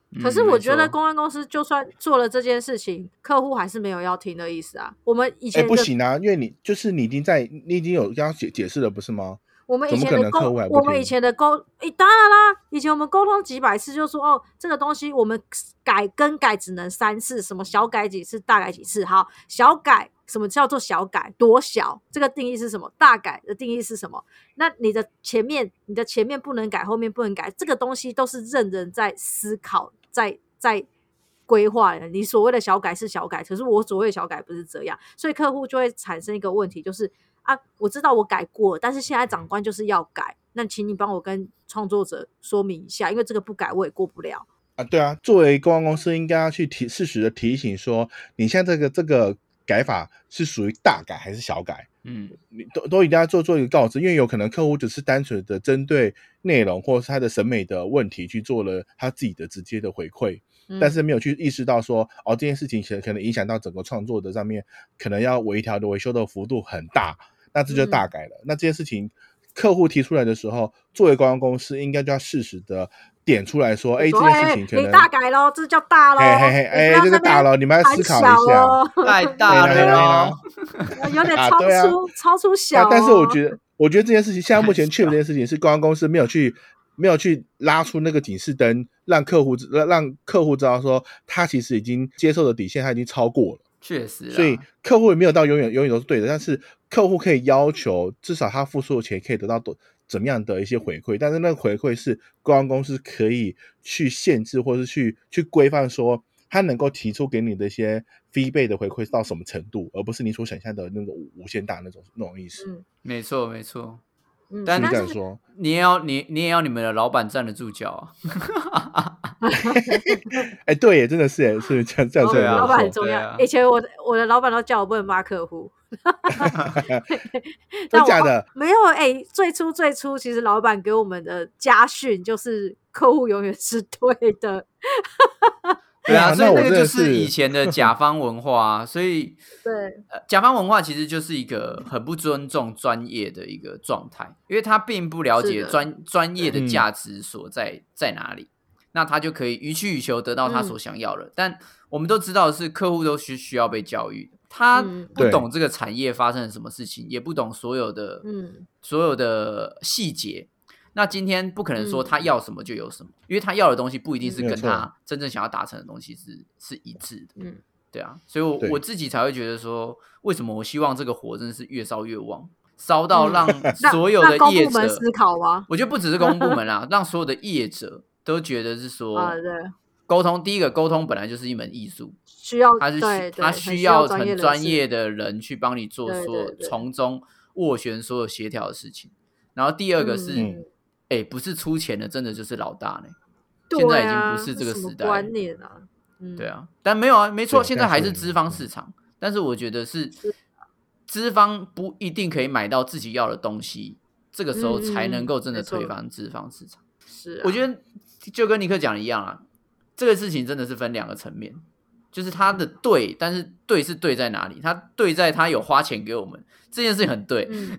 Speaker 2: 可是我觉得公关公司就算做了这件事情，客户还是没有要听的意思啊。我们以前的、
Speaker 1: 欸、不行啊，因为你就是你已经在你已经有要解解释了，不是吗？
Speaker 2: 我们以前的沟，我们以前的沟，诶，当然啦，以前我们沟通几百次，就说哦，这个东西我们改更改只能三次，什么小改几次，大改几次。好，小改什么叫做小改？多小？这个定义是什么？大改的定义是什么？那你的前面，你的前面不能改，后面不能改，这个东西都是任人在思考，在在规划的。你所谓的小改是小改，可是我所谓的小改不是这样，所以客户就会产生一个问题，就是。啊，我知道我改过，但是现在长官就是要改，那请你帮我跟创作者说明一下，因为这个不改我也过不了
Speaker 1: 啊。对啊，作为公关公司应该要去提适时的提醒说，你现在这个这个改法是属于大改还是小改？嗯，你都都一定要做做一个告知，因为有可能客户只是单纯的针对内容或是他的审美的问题去做了他自己的直接的回馈。嗯、但是没有去意识到说，哦，这件事情可能影响到整个创作的上面，可能要微调的维修的幅度很大。那这就大改了、嗯、那这件事情客户提出来的时候，作为公关公司应该就要适时的点出来说，哎，这件事情可能
Speaker 2: 你大改咯，这叫大咯，
Speaker 1: 嘿嘿嘿，哎，这个大咯，你们要思考一下，
Speaker 3: 太大了
Speaker 2: 有点超出、啊、超出小、哦、
Speaker 1: 但是我觉得我觉得这件事情现在目前确认这件事情是公关公司没有去没有去拉出那个警示灯，让客户让客户知道说他其实已经接受的底线他已经超过了，
Speaker 3: 确实，
Speaker 1: 所以客户也没有到永远永远都是对的，但是客户可以要求至少他付出的钱可以得到怎么样的一些回馈，但是那个回馈是公关公司可以去限制或是去去规范说他能够提出给你的一些 feedback 的回馈到什么程度，而不是你所想象的那种无限大那种那种意思。
Speaker 3: 嗯，没错没错。
Speaker 2: 嗯，
Speaker 3: 但
Speaker 1: 是这样说，
Speaker 3: 你也要你你也要你们的老板站得住脚啊！
Speaker 1: 哎，对耶，真的是耶，是这样这样。
Speaker 2: 老板很重要。啊、以前我我的老板都叫我不能骂客户，
Speaker 1: 真假的？
Speaker 2: 没有哎、欸，最初最初其实老板给我们的家训就是客户永远是对的。
Speaker 3: 对啊，所以那个就是以前的甲方文化、啊，所以
Speaker 2: 对、
Speaker 3: 呃，甲方文化其实就是一个很不尊重专业的一个状态，因为他并不了解专专业的价值所在、嗯、在哪里，那他就可以予取予求得到他所想要的。嗯、但我们都知道的是，客户都是需要被教育的，他不懂这个产业发生了什么事情，也不懂所有的、嗯、所有的细节。那今天不可能说他要什么就有什么、嗯、因为他要的东西不一定是跟他真正想要达成的东西是是一致的。嗯，对啊，所以我我自己才会觉得说，为什么我希望这个火真的是越烧越旺，烧到让所有的业者、嗯、
Speaker 2: 公部门思考吗？
Speaker 3: 我觉得不只是公部门啦，让所有的业者都觉得是说，
Speaker 2: 啊，对，
Speaker 3: 沟通第一个沟通本来就是一门艺术，
Speaker 2: 需要
Speaker 3: 他是
Speaker 2: 对
Speaker 3: 他需要很专业的人去帮你做所有从中斡旋所有协调的事情。然后第二个是。嗯哎、欸，不是出钱的，真的就是老大呢。
Speaker 2: 啊、
Speaker 3: 现在已经不是这个时代了，
Speaker 2: 观念啊，嗯，
Speaker 3: 对啊，但没有啊，没错，现在还是资方市场，但是我觉得是资方不一定可以买到自己要的东西，这个时候才能够真的推翻资方市场。
Speaker 2: 是、啊，
Speaker 3: 我觉得就跟尼克讲的一样啊，这个事情真的是分两个层面。就是他的对，但是对是对在哪里？他对在他有花钱给我们这件事情很对，嗯、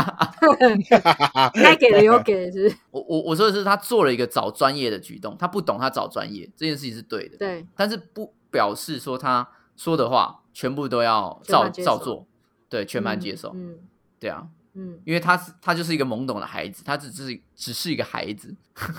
Speaker 2: 该给的有给是。
Speaker 3: 我我我说的是他做了一个找专业的举动，他不懂他找专业这件事情是对的，
Speaker 2: 对，
Speaker 3: 但是不表示说他说的话全部都要照照做，对，全盘接受，嗯，嗯对啊，嗯，因为他是他就是一个懵懂的孩子，他只是只是一个孩子。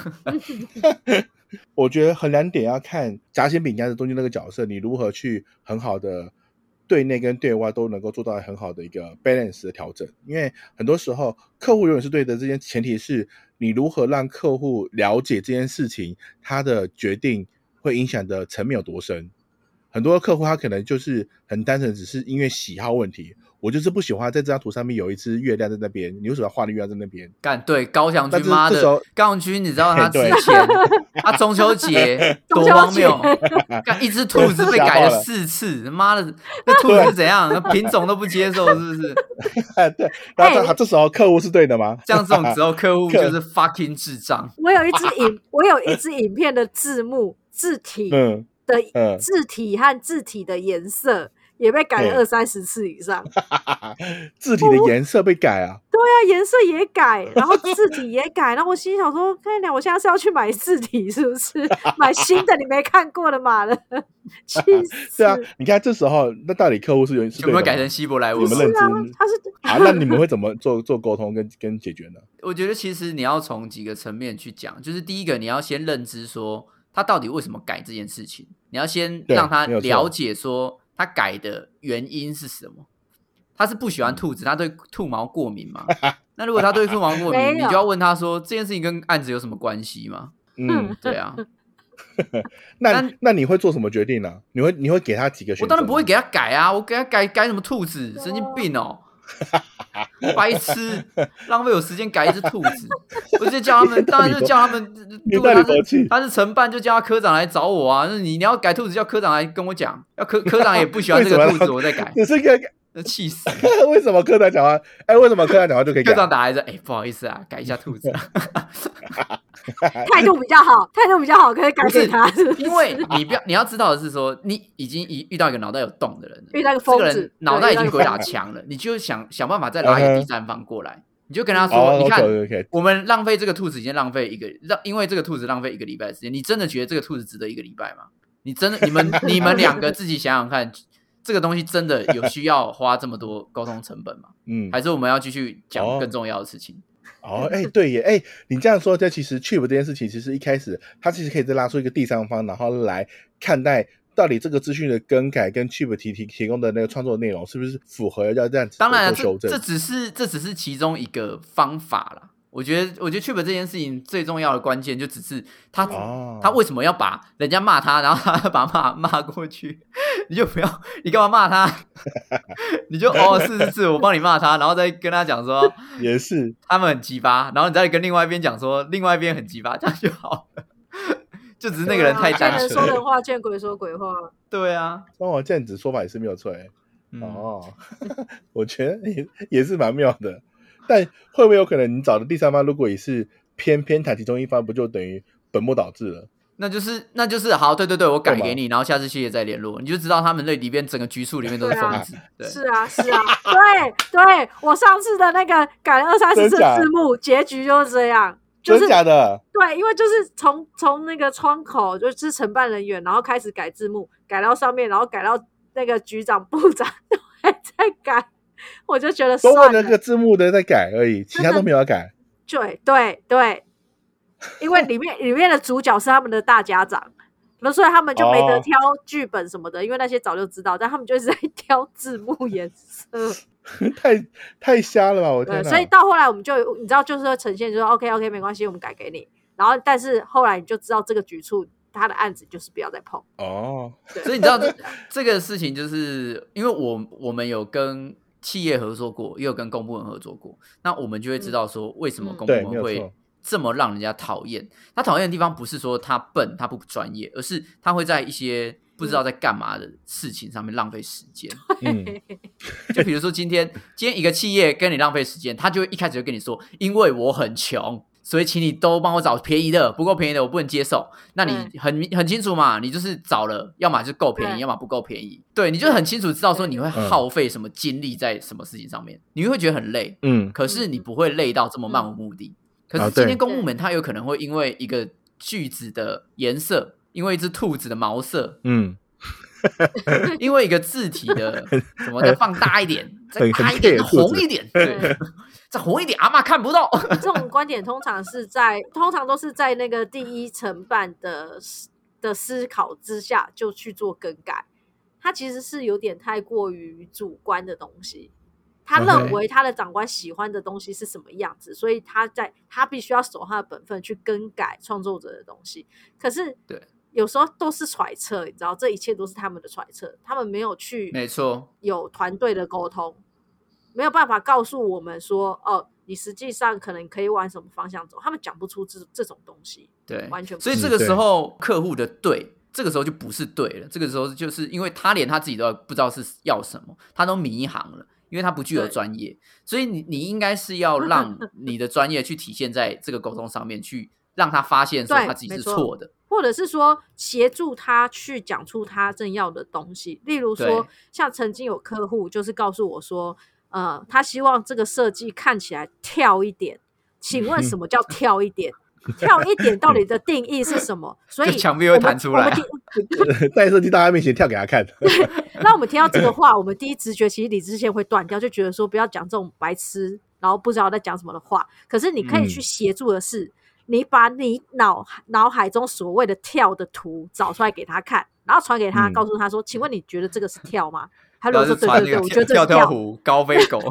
Speaker 1: 我觉得衡量点要看夹心饼干的中间那个角色，你如何去很好的对内跟对外都能够做到很好的一个 balance 的调整。因为很多时候客户永远是对的，这件前提是你如何让客户了解这件事情，他的决定会影响的层面有多深。很多客户他可能就是很单纯只是因为喜好问题，我就是不喜欢在这张图上面有一只月亮在那边，你为什么要画的月亮在那边？
Speaker 3: 干对高翔君妈的高翔君，你知道他之前他中秋节多荒谬，干一只兔子被改了四次，妈的，那兔子是怎样？那品种都不接受，是不是？
Speaker 1: 对，然后 这, 这时候客户是对的吗？
Speaker 3: 像这种时候客户就是 fucking 智障。
Speaker 2: 我有一支影，我有一支影片的字幕字体。嗯的字体和字体的颜色也被改了二三十次以上，
Speaker 1: 字体的颜色被改啊？
Speaker 2: 对啊，颜色也改，然后字体也改，然后我心想说，看来我现在是要去买字体是不是？买新的你没看过的嘛了，气死！
Speaker 1: 对啊，你看这时候那到底客户是有是
Speaker 3: 有没有改成希伯来文？
Speaker 1: 你们认知
Speaker 2: 啊，他是
Speaker 1: 啊，那你们会怎么做做沟通跟跟解决呢？
Speaker 3: 我觉得其实你要从几个层面去讲，就是第一个你要先认知说他到底为什么改这件事情，你要先让他了解说他改的原因是什么。他是不喜欢兔子，他对兔毛过敏吗？那如果他对兔毛过敏，你就要问他说这件事情跟案子有什么关系吗？嗯，对啊。
Speaker 1: 那那你会做什么决定呢、啊？你会你会给他几个选择？
Speaker 3: 我当然不会给他改啊！我给他改改什么兔子？神经病哦！白痴，浪费我时间改一只兔子。我直接叫他们，当然就叫他们。如果他是他是承办，就叫他科长来找我啊！你你要改兔子，叫科长来跟我讲。要科科长也不喜欢这个兔子，我再改。
Speaker 1: 你是个。
Speaker 3: 那气死！
Speaker 1: 为什么科长讲话？哎、欸，为什么科长讲话就可以改？
Speaker 3: 科长打来说：“哎、欸，不好意思啊，改一下兔子、啊。”
Speaker 2: 态度比较好，态度比较好，可以改给他。是是
Speaker 3: 因为你不要，你要知道的是说，你已经遇到一个脑袋有洞的人了，
Speaker 2: 遇到一个疯子，
Speaker 3: 这个人脑袋已经鬼打墙了，你就想想办法再拉一个第三方过来，你就跟他说：“ uh-huh. 你看，
Speaker 1: okay, okay.
Speaker 3: 我们浪费这个兔子已经浪费一个，让因为这个兔子浪费一个礼拜的时间，你真的觉得这个兔子值得一个礼拜吗？你真的，你们你们两个自己想想看。”这个东西真的有需要花这么多沟通成本吗？嗯，还是我们要继续讲更重要的事情？
Speaker 1: 哦，哎、欸，对耶，哎、欸，你这样说，这其实 Chip 这件事情，其实一开始它其实可以再拉出一个第三方，然后来看待到底这个资讯的更改跟 Chip 提提提供的那个创作内容是不是符合要这样子做修正。当然、啊，
Speaker 3: 这这只是这只是其中一个方法啦。我觉得，我觉得 Chip 这件事情最重要的关键就只是他、哦、他为什么要把人家骂他，然后他把骂骂过去，你就不要，你干嘛骂他？你就哦，是是是，我帮你骂他，然后再跟他讲说，
Speaker 1: 也是
Speaker 3: 他们很鸡巴，然后你再跟另外一边讲说，另外一边很鸡巴，这样就好了。就只是那个人太单纯了，
Speaker 2: 见人说人话，见鬼说鬼话。
Speaker 3: 对啊，
Speaker 1: 哦，这样子说法也是没有错哎、嗯。哦，我觉得 也, 也是蛮妙的。但会不会有可能你找的第三方如果也是偏偏袒其中一方，不就等于本末倒置了？
Speaker 3: 那就是那就是好，对对对，我改给你，然后下次谢谢再联络，你就知道他们那里边整个局处里面都是疯子。对啊，
Speaker 2: 对是啊是啊，对对，我上次的那个改了二三十次字幕，结局就是这样。就是、
Speaker 1: 真假的？
Speaker 2: 对，因为就是从从那个窗口就是承办人员，然后开始改字幕，改到上面，然后改到那个局长、部长都还在改。我就觉得算了，
Speaker 1: 都为了那个字幕的在改而已，其他都没有要改。
Speaker 2: 对对对，因为里面里面的主角是他们的大家长，所以他们就没得挑剧本什么的，哦、因为那些早就知道，但他们就是在挑字幕颜色，
Speaker 1: 太太瞎了吧！我天哪！
Speaker 2: 所以到后来我们就你知道，就是会呈现，就说 OK OK 没关系，我们改给你。然后，但是后来你就知道这个局处。他的案子就是不要再碰
Speaker 3: 哦，所以你知道这这个事情，就是因为我我们有跟企业合作过，也有跟公部门合作过，那我们就会知道说为什么公部门会这么让人家讨厌。他讨厌的地方不是说他笨，他不专业，而是他会在一些不知道在干嘛的事情上面浪费时间。嗯，就比如说今天今天一个企业跟你浪费时间，他就一开始就跟你说，因为我很穷。所以请你都帮我找便宜的，不够便宜的我不能接受。那你很很清楚嘛，你就是找了，要么就够便宜，要么不够便宜。对，你就很清楚知道说你会耗费什么精力在什么事情上面，你会觉得很累。嗯，可是你不会累到这么漫无目的。可是今天公部门它有可能会因为一个句子的颜色，因为一只兔子的毛色，嗯，因为一个字体的什么再放大一点，再大一点，红一点，对。再红一点，阿嬷看不到。
Speaker 2: 这种观点通常是在，通常都是在那个第一承办的的思考之下就去做更改。它其实是有点太过于主观的东西。他认为他的长官喜欢的东西是什么样子， okay. 所以他在他必须要守他的本分去更改创作者的东西。可是，对，有时候都是揣测，你知道，这一切都是他们的揣测，他们没有去，
Speaker 3: 没错，
Speaker 2: 有团队的沟通。没有办法告诉我们说，哦，你实际上可能可以往什么方向走，他们讲不出 这, 这种东西，
Speaker 3: 对，
Speaker 2: 完全不。
Speaker 3: 所以这个时候客户的对，这个时候就不是对了，这个时候就是因为他连他自己都不知道是要什么，他都迷航了，因为他不具有专业，所以你你应该是要让你的专业去体现在这个沟通上面，去让他发现说他自己是错的。
Speaker 2: 或者是说协助他去讲出他正要的东西，例如说像曾经有客户就是告诉我说呃，他希望这个设计看起来跳一点。请问什么叫跳一点？跳一点到底的定义是什么？所以
Speaker 3: 墙壁会弹出来、啊，
Speaker 1: 在设计大家面前跳给他看。
Speaker 2: 那我们听到这个话，我们第一直觉其实理智线会断掉，就觉得说不要讲这种白痴，然后不知道在讲什么的话。可是你可以去协助的是，嗯、你把你脑脑海中所谓的跳的图找出来给他看，然后传给他，嗯、告诉他说：“请问你觉得这个是跳吗？”他如果说：“对对对，我觉得这是跳。”
Speaker 3: 跳跳虎、高飞狗。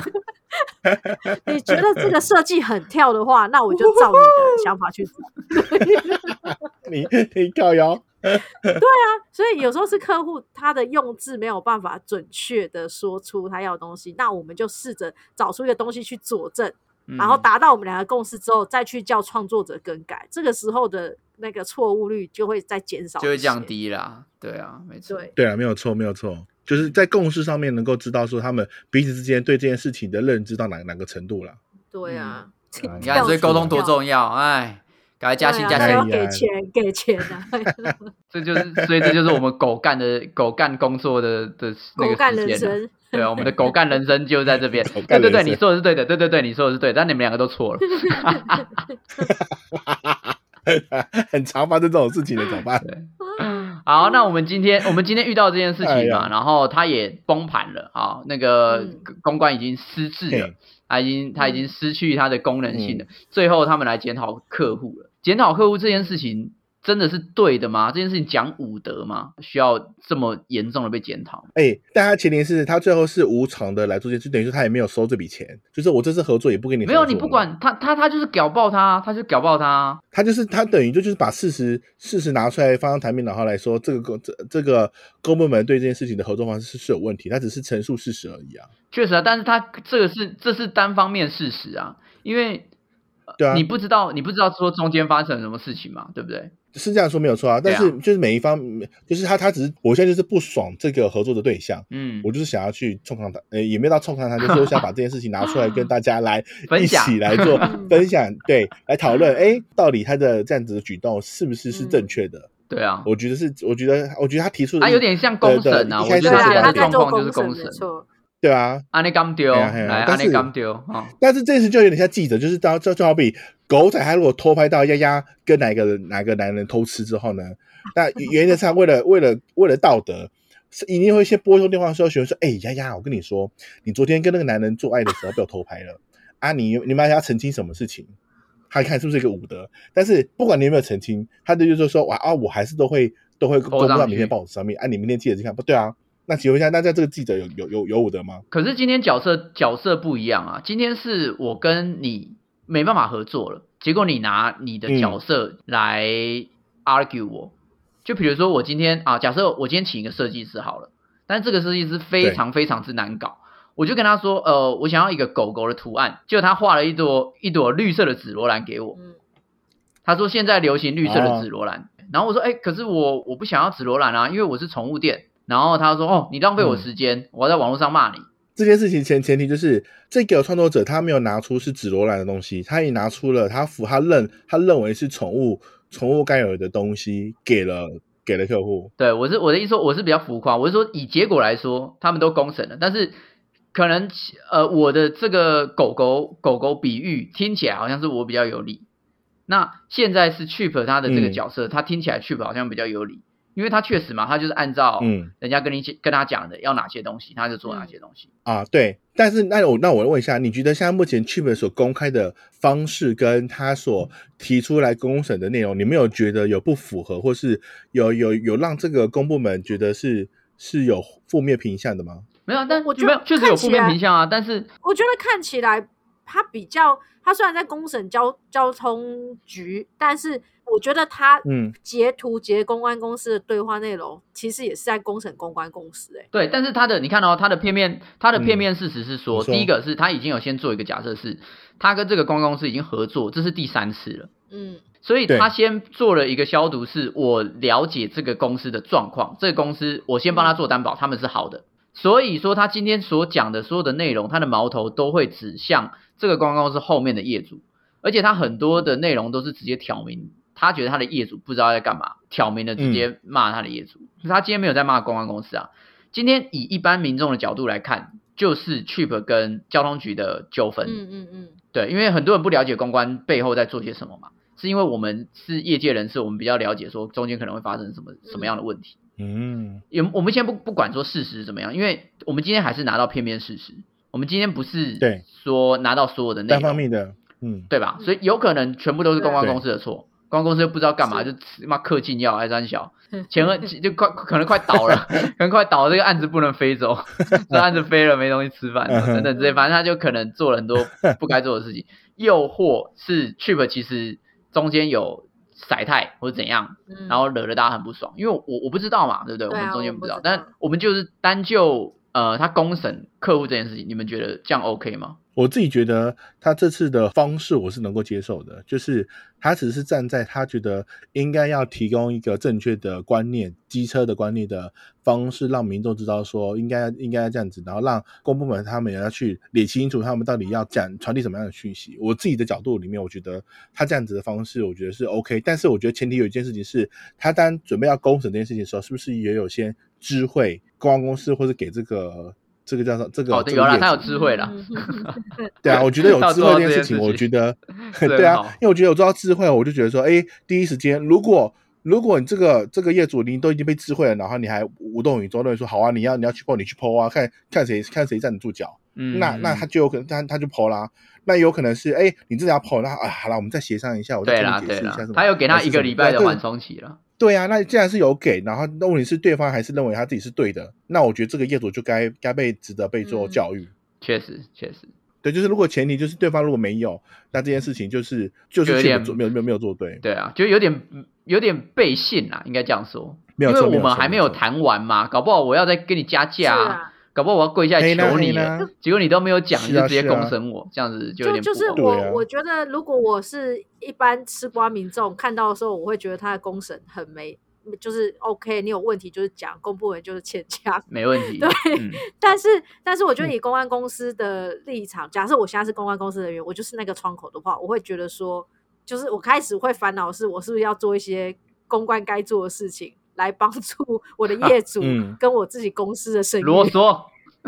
Speaker 2: 你觉得这个设计很跳的话，那我就照你的想法去做。
Speaker 1: 你你靠腰。
Speaker 2: 对啊，所以有时候是客户他的用字没有办法准确的说出他要的东西，那我们就试着找出一个东西去佐证，嗯、然后达到我们两个共识之后，再去叫创作者更改，这个时候的那个错误率就会再减少，
Speaker 3: 就会降低啦。对啊，没错。
Speaker 2: 对
Speaker 1: 对啊，没有错，没有错。就是在共识上面能够知道说他们彼此之间对这件事情的认知到哪哪个程度啦。
Speaker 2: 对啊，
Speaker 3: 嗯、你看，所以沟通多重要，哎，赶快加薪加薪，
Speaker 2: 要给钱给钱啊！
Speaker 3: 这就是，所以这就是我们狗干的狗干工作的的那个
Speaker 2: 狗干人生。
Speaker 3: 对啊，我们的狗干人生就在这边。对对对，你说的是对的，对对对，你说的是对的，但你们两个都错了。
Speaker 1: 很常发生这种事情的，怎么办？
Speaker 3: 好，那我们今天我们今天遇到这件事情嘛，哎、然后他也崩盘了啊，那个公关已经失智了，他已经他已经失去他的功能性了。嗯、最后他们来检讨客户了，检讨客户这件事情真的是对的吗？这件事情讲武德吗？需要这么严重的被检讨？
Speaker 1: 哎、欸，但他前提是他最后是无偿的来做这件事，就等于说他也没有收这笔钱，就是我这次合作也不跟你合作。
Speaker 3: 没有，你不管他，他他就是屌爆他，他就屌爆他，
Speaker 1: 他就是他等于就就是把事实事实拿出来放上台面，然后来说这个这这个公部门对这件事情的合作方式是是有问题，他只是陈述事实而已啊。
Speaker 3: 确实啊，但是他这个是这是单方面事实啊，因为
Speaker 1: 对啊，
Speaker 3: 你不知道你不知道说中间发生什么事情嘛，对不对？
Speaker 1: 是这样说没有错啊，但是就是每一方，啊、就是他他只是我现在就是不爽这个合作的对象，嗯，我就是想要去冲康他，呃，也没有到冲康他，就是我想把这件事情拿出来跟大家来一起来做分享，对，来讨论，哎，到底他的这样子的举动是不是是正确的？
Speaker 3: 嗯、对啊，
Speaker 1: 我觉得是，我觉得我觉得他提出的，
Speaker 3: 他有点像公审啊，我觉得他现在状况就是公审，
Speaker 1: 对啊，
Speaker 3: 安尼敢丢，来安尼敢丢，
Speaker 1: 但是这件事就有点像记者，就是到就就好比狗仔他如果偷拍到丫丫跟哪个哪个男人偷吃之后呢，那原则上为了为了为了道德，一定会先拨通电话的时候，询问说，哎、欸，丫丫，我跟你说，你昨天跟那个男人做爱的时候被我偷拍了啊，你你们要澄清什么事情？他看是不是一个武德？但是不管你有没有澄清，他的就是说，哇啊，我还是都会都会公布到明天报纸上面啊，你明天记者去看，不对啊？那请问一下，那在这个记者有有有有武德吗？
Speaker 3: 可是今天角色角色不一样啊，今天是我跟你没办法合作了，结果你拿你的角色来 argue 我，嗯、就比如说我今天啊，假设我今天请一个设计师好了，但是这个设计师非常非常之难搞，我就跟他说，呃，我想要一个狗狗的图案，结果他画了一朵一朵绿色的紫罗兰给我，嗯、他说现在流行绿色的紫罗兰，哦、然后我说，哎、欸，可是我我不想要紫罗兰啊，因为我是宠物店。然后他说：“哦，你浪费我时间，嗯、我要在网络上骂你。”
Speaker 1: 这件事情前前提就是这个创作者他没有拿出是紫罗兰的东西，他也拿出了他符他认他认为是宠物宠物该有的东西给了给了客户。
Speaker 3: 对，我是我的意思说我是比较浮夸，我是说以结果来说，他们都公审了，但是可能呃我的这个狗狗狗狗比喻听起来好像是我比较有理，那现在是 Chip 他的这个角色，嗯、他听起来 Chip 好像比较有理。因为他确实嘛，他就是按照人家跟你、嗯、跟他讲的要哪些东西，他就做哪些东西
Speaker 1: 啊。对，但是那我那我问一下，你觉得现在目前 Chip 所公开的方式跟他所提出来公审的内容，你没有觉得有不符合，或是有有有让这个公部门觉得是是有负面评价的吗？
Speaker 3: 没有，但我觉得确实有负面评价啊。但是
Speaker 2: 我觉得看起来他比较，他虽然在公审交交通局，但是。我觉得他截图截公关公司的对话内容，嗯、其实也是在公审公关公司、欸。
Speaker 3: 对，但是他的你看哦，他的片面，他的片面事实是说，嗯、第一个是他已经有先做一个假设是，他跟这个公关公司已经合作，这是第三次了。嗯，所以他先做了一个消毒，是我了解这个公司的状况，这个公司我先帮他做担保，嗯、他们是好的。所以说他今天所讲的所有的内容，他的矛头都会指向这个公关公司后面的业主，而且他很多的内容都是直接挑明。他觉得他的业主不知道在干嘛，挑明的直接骂他的业主。嗯、他今天没有在骂公关公司啊。今天以一般民众的角度来看， 就是 Cheap 跟交通局的纠纷。
Speaker 2: 嗯嗯嗯，
Speaker 3: 对，因为很多人不了解公关背后在做些什么嘛，是因为我们是业界人士，我们比较了解说中间可能会发生什么什么样的问题。
Speaker 1: 嗯，
Speaker 3: 也我们先不不管说事实怎么样，因为我们今天还是拿到片面事实，我们今天不是说拿到所有的内容，
Speaker 1: 单方面的，嗯，
Speaker 3: 对吧？所以有可能全部都是公关公司的错。公关公司又不知道干嘛，就妈氪金药还三小，前二就快可能快倒了，可能快倒了，这个案子不能飞走，这案子飞了没东西吃饭等等这些，反正他就可能做了很多不该做的事情，又或是 Cheap 其实中间有甩态或者怎样，然后惹得大家很不爽，因为我我不知道嘛，对不对？
Speaker 2: 对啊、
Speaker 3: 我们中间不知道，
Speaker 2: 道
Speaker 3: 但我们就是单就呃他公审客户这件事情，你们觉得这样 OK 吗？
Speaker 1: 我自己觉得他这次的方式我是能够接受的，就是他只是站在他觉得应该要提供一个正确的观念，机车的观念的方式，让民众知道说应该应该这样子，然后让公部门他们也要去理清楚他们到底要讲传递什么样的讯息。我自己的角度里面，我觉得他这样子的方式我觉得是 OK， 但是我觉得前提有一件事情是，他当准备要公审这件事情的时候，是不是也有些知会公关公司或者给这个这个叫什么？这个
Speaker 3: 哦，对，有啦，他有智慧啦。
Speaker 1: 对啊，我觉得有智慧这件事情，我觉得对啊，因为我觉得有做到智慧，我就觉得说，哎，第一时间，如果如果你这个这个业主你都已经被智慧了，然后你还无动于衷，认为说好啊，你要你要去 po 你去 po 啊，看看谁看谁站得住脚，嗯，那那他就有可能他他就 po 啦。那有可能是，哎，你真的要 po， 那啊，好了，我们再协商一下，我再跟你解释一下什么。
Speaker 3: 他有给他一个礼拜的缓冲期了。
Speaker 1: 对啊，那既然是有给，然后那问题是对方还是认为他自己是对的，那我觉得这个业主就该该被值得被做教育。
Speaker 3: 确、嗯、实，确实，
Speaker 1: 对，就是如果前提就是对方如果没有，那这件事情就是就是确实没有没有没有做对。
Speaker 3: 对啊，就有点有点背信啦，应该这样说。
Speaker 1: 没有，
Speaker 3: 因为我们还没有谈完嘛，搞不好我要再跟你加价、啊。搞不好我要跪下来求你了，结果你都没有讲，你就直接公审我，这样子就有点不
Speaker 2: 就就是我、啊、我觉得如果我是一般吃瓜民众看到的时候，我会觉得他的公审很没，就是 OK， 你有问题就是讲，公部门就是欠价，
Speaker 3: 没问题。
Speaker 2: 对，嗯、但是但是我觉得以公关公司的立场，假设我现在是公关公司的人员，我就是那个窗口的话，我会觉得说，就是我开始会烦恼是我是不是要做一些公关该做的事情。来帮助我的业主跟我自己公司的声誉。
Speaker 3: 啰嗦，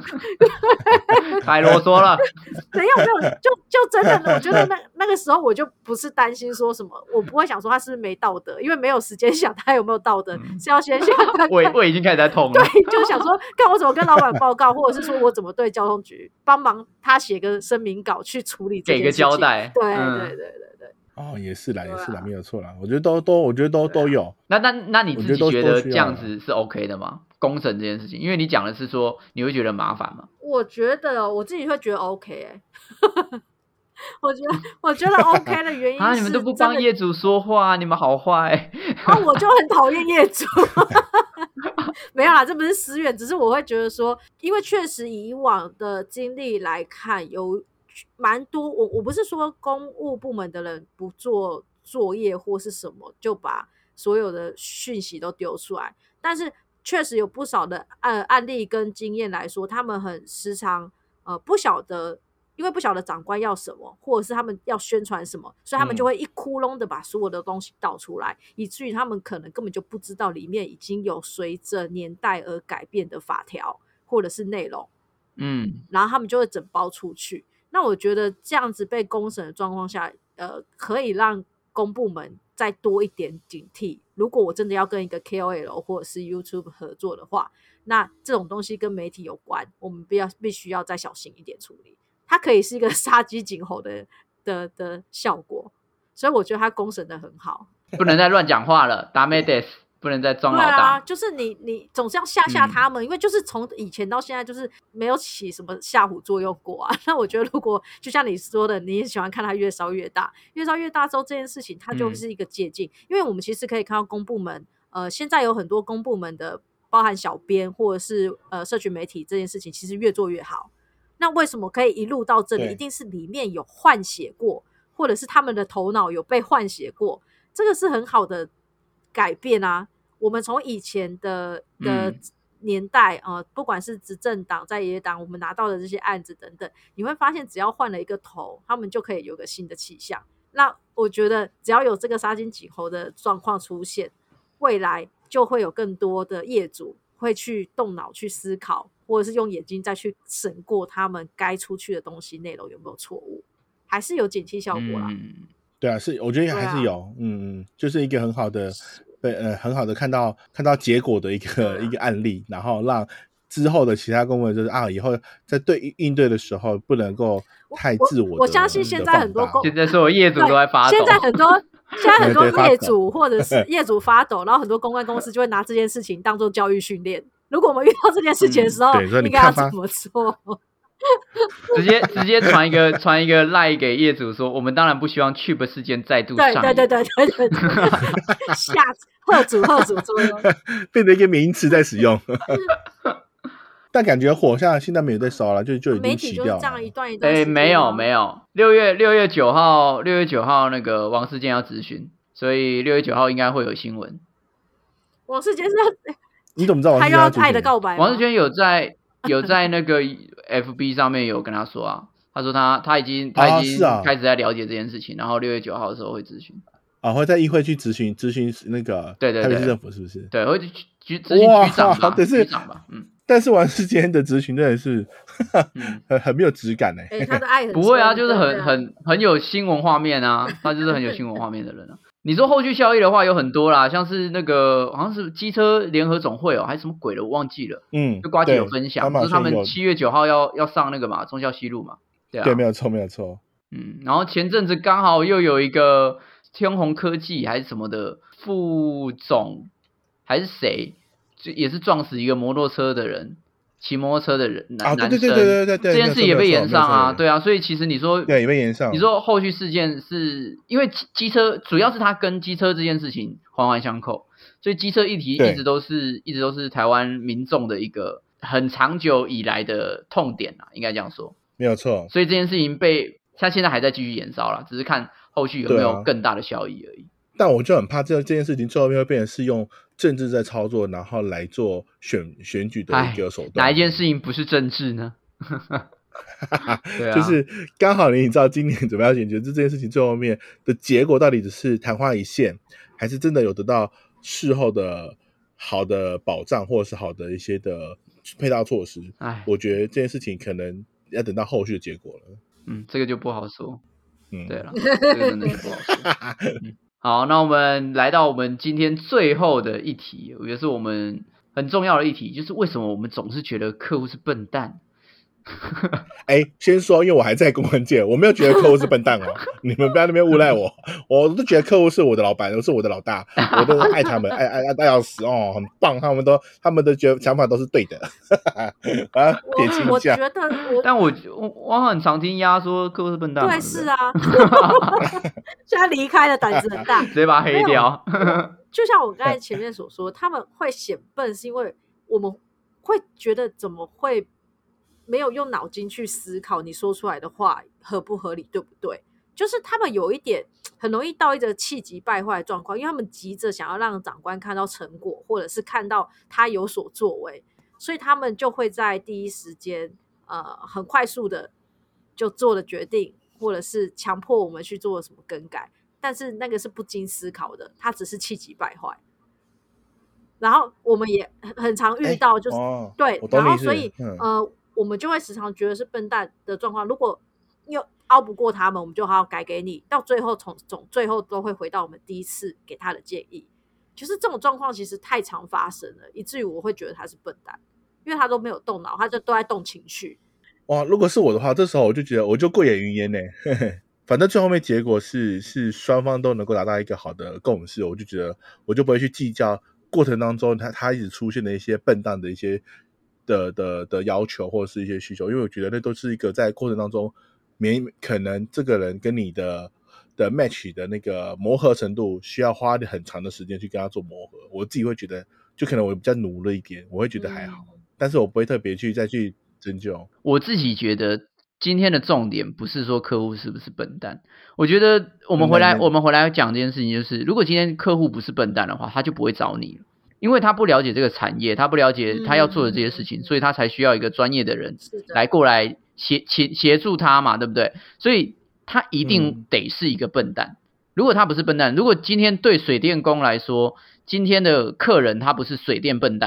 Speaker 3: 太啰嗦了。
Speaker 2: 没有没有，就就真的，我觉得那那个时候我就不是担心说什么，我不会想说他是不是没道德，因为没有时间想他有没有道德，嗯、是要先想看看。
Speaker 3: 我我已经开始在痛了。
Speaker 2: 对，就想说看我怎么跟老板报告，或者是说我怎么对交通局帮忙他写个声明稿去处理这件事情，
Speaker 3: 给个交代。
Speaker 2: 对、
Speaker 3: 嗯、
Speaker 2: 对对对对。
Speaker 1: 哦，也是啦，也是啦，没有错啦。我觉得都都，我觉得都、啊、都有。
Speaker 3: 那那那你自己觉得这样子是 OK 的吗？公审这件事情，因为你讲的是说你会觉得麻烦吗？
Speaker 2: 我觉得我自己会觉得 OK 哎、欸，我觉得我觉得 OK 的原因是
Speaker 3: 啊，你们都不帮业主说话，你们好坏。
Speaker 2: 啊，我就很讨厌业主。没有啦，这不是私怨，只是我会觉得说，因为确实以往的经历来看，有。蛮多，我我不是说公务部门的人不做作业或是什么，就把所有的讯息都丢出来，但是确实有不少的呃案例跟经验来说，他们很时常呃不晓得，因为不晓得长官要什么，或者是他们要宣传什么，所以他们就会一窟窿的把所有的东西倒出来，嗯、以至于他们可能根本就不知道里面已经有随着年代而改变的法条或者是内容，嗯，然后他们就会整包出去。那我觉得这样子被公审的状况下，呃，可以让公部门再多一点警惕。如果我真的要跟一个 K O L 或者是 YouTube 合作的话，那这种东西跟媒体有关，我们必要必须要再小心一点处理。它可以是一个杀鸡儆猴的的的效果，所以我觉得他公审的很好。
Speaker 3: 不能再乱讲话了，ダメです。不能再装老大。
Speaker 2: 对啊，就是你你总是要吓吓他们、嗯、因为就是从以前到现在就是没有起什么吓唬作用过啊。那我觉得如果就像你说的，你喜欢看它越烧越大，越烧越大之后这件事情它就是一个借鉴、嗯、因为我们其实可以看到公部门呃，现在有很多公部门的包含小编或者是呃社群媒体这件事情其实越做越好。那为什么可以一路到这里？一定是里面有换血过，或者是他们的头脑有被换血过，这个是很好的改变啊。我们从以前的的年代、嗯呃、不管是执政党在野党，我们拿到的这些案子等等，你会发现只要换了一个头，他们就可以有个新的气象。那我觉得只要有这个杀鸡儆猴的状况出现，未来就会有更多的业主会去动脑去思考， 或者是用眼睛再去审过他们该出去的东西内容有没有错误，还是有警惕效果啦。
Speaker 3: 嗯，
Speaker 1: 对啊，是我觉得还是有，啊、嗯嗯，就是一个很好的，对呃很好的看到看到结果的一个、啊、一个案例，然后让之后的其他公文就是啊，以后在对应对的时候不能够太自我的。
Speaker 2: 我, 我相信现在很多公，
Speaker 3: 现在所有业主都在发抖，
Speaker 2: 现在很多现在很多业主或者是业主发抖，然后很多公关公司就会拿这件事情当做教育训练。如果我们遇到这件事情的时候，嗯、应该要怎么做？
Speaker 3: 直接直接传一个传一个赖给业主说，我们当然不希望 Cheap 事件再度上演。
Speaker 2: 对对对对对对，下贺主贺主作用，
Speaker 1: 变成一个名词在使用。但感觉火像现在没有在烧了，就就已经洗掉了。媒体就是
Speaker 2: 这样一段一段。
Speaker 3: 哎，没有没有，六月六月九号六月九号那个王世坚要质询，所以六月九号应该会有新闻。
Speaker 2: 王世坚是
Speaker 1: 你怎么知道王世坚要
Speaker 2: 爱的告白？
Speaker 3: 王世坚有在有在那个 F B 上面有跟他说啊，他说他他已经他已经开始在了解这件事情，啊啊、然后六月九号的时候会质询。
Speaker 1: 啊，会在议会去质询质询那个
Speaker 3: 对对对
Speaker 1: 台北市政府是不是？
Speaker 3: 对，会去去质询局长吧，
Speaker 1: 但是
Speaker 3: 局长吧，嗯。
Speaker 1: 但是王世坚的质询真的是很很没有质感哎、
Speaker 2: 欸，他的爱很
Speaker 3: 不会啊，就是很很很有新闻画面啊，他就是很有新闻画面的人啊。你说后续效益的话有很多啦，像是那个好像是机车联合总会哦，还是什么鬼的我忘记了，
Speaker 1: 嗯，
Speaker 3: 就呱吉有分享，就是他们七月九号要要上那个嘛忠孝西路嘛，对啊，
Speaker 1: 对，没有错没有错，
Speaker 3: 嗯，然后前阵子刚好又有一个天弘科技还是什么的副总还是谁。就也是撞死一个摩托车的人，骑摩托车的人男、
Speaker 1: 啊、
Speaker 3: 男生，
Speaker 1: 对对对对对对，
Speaker 3: 这件事也被延上啊，对啊，所以其实你说
Speaker 1: 对也被延上，
Speaker 3: 你说后续事件是因为机车主要是它跟机车这件事情环环相扣，所以机车议题一直都是一直都是台湾民众的一个很长久以来的痛点啊，应该这样说，
Speaker 1: 没有错。
Speaker 3: 所以这件事情被它现在还在继续延烧啦，只是看后续有没有更大的效益而已。
Speaker 1: 但我就很怕这这件事情最后面会变成是用政治在操作，然后来做选选举的一个手段。
Speaker 3: 哪一件事情不是政治呢？对啊，
Speaker 1: 就是刚好你知道今年准备要选举，这件事情最后面的结果到底只是昙花一现，还是真的有得到事后的好的保障，或者是好的一些的配套措施？我觉得这件事情可能要等到后续的结果了。
Speaker 3: 嗯，这个就不好说。
Speaker 1: 嗯，
Speaker 3: 对了，这个真的不好说。嗯好，那我们来到我们今天最后的一题，我觉得是我们很重要的一题，就是为什么我们总是觉得客户是笨蛋？
Speaker 1: 哎，先说，因为我还在公关界，我没有觉得客户是笨蛋哦，你们不要在那边诬赖我，我都觉得客户是我的老板，是我的老大，我都爱他们，爱爱爱要死哦，很棒，他们都他们的觉想法都是对的，啊，撇清一下。
Speaker 2: 我觉得我，
Speaker 3: 但我我我很常听丫说客户是笨蛋，
Speaker 2: 对，是啊，现在离开了胆子很大，
Speaker 3: 直接把他黑掉。
Speaker 2: 就像我刚才前面所说，他们会显笨，是因为我们会觉得怎么会没有用脑筋去思考你说出来的话合不合理，对不对？就是他们有一点很容易到一个气急败坏的状况，因为他们急着想要让长官看到成果，或者是看到他有所作为，所以他们就会在第一时间呃很快速的就做了决定，或者是强迫我们去做什么更改，但是那个是不经思考的，他只是气急败坏。然后我们也很常遇到，就是、欸哦、对，然后所以、嗯、呃，我们就会时常觉得是笨蛋的状况。如果又拗不过他们，我们就好好改给你，到最后从总最后都会回到我们第一次给他的建议。就是这种状况其实太常发生了，以至于我会觉得他是笨蛋，因为他都没有动脑，他就都在动情绪。
Speaker 1: 哇，如果是我的话，这时候我就觉得我就过眼云烟呢。反正最后面结果是是双方都能够达到一个好的共识，我就觉得我就不会去计较过程当中他他一直出现的一些笨蛋的一些的的的要求或者是一些需求，因为我觉得那都是一个在过程当中免可能这个人跟你的的 match 的那个磨合程度需要花很长的时间去跟他做磨合，我自己会觉得就可能我比较努了一点，我会觉得还好、嗯、但是我不会特别去再去针灸。
Speaker 3: 我自己觉得今天的重点不是说客户是不是笨蛋，我觉得我们回来、嗯、我们回来讲这件事情，就是如果今天客户不是笨蛋的话，他就不会找你了，因为他不了解这个产业，他不了解他要做的这些事情、嗯、所以他才需要一个专业的人来过来协协协助他嘛，对不对？所以他一定得是一个笨蛋、嗯、如果他不是笨蛋，如果今天对水电工来说，今天的客人他不是水电笨蛋，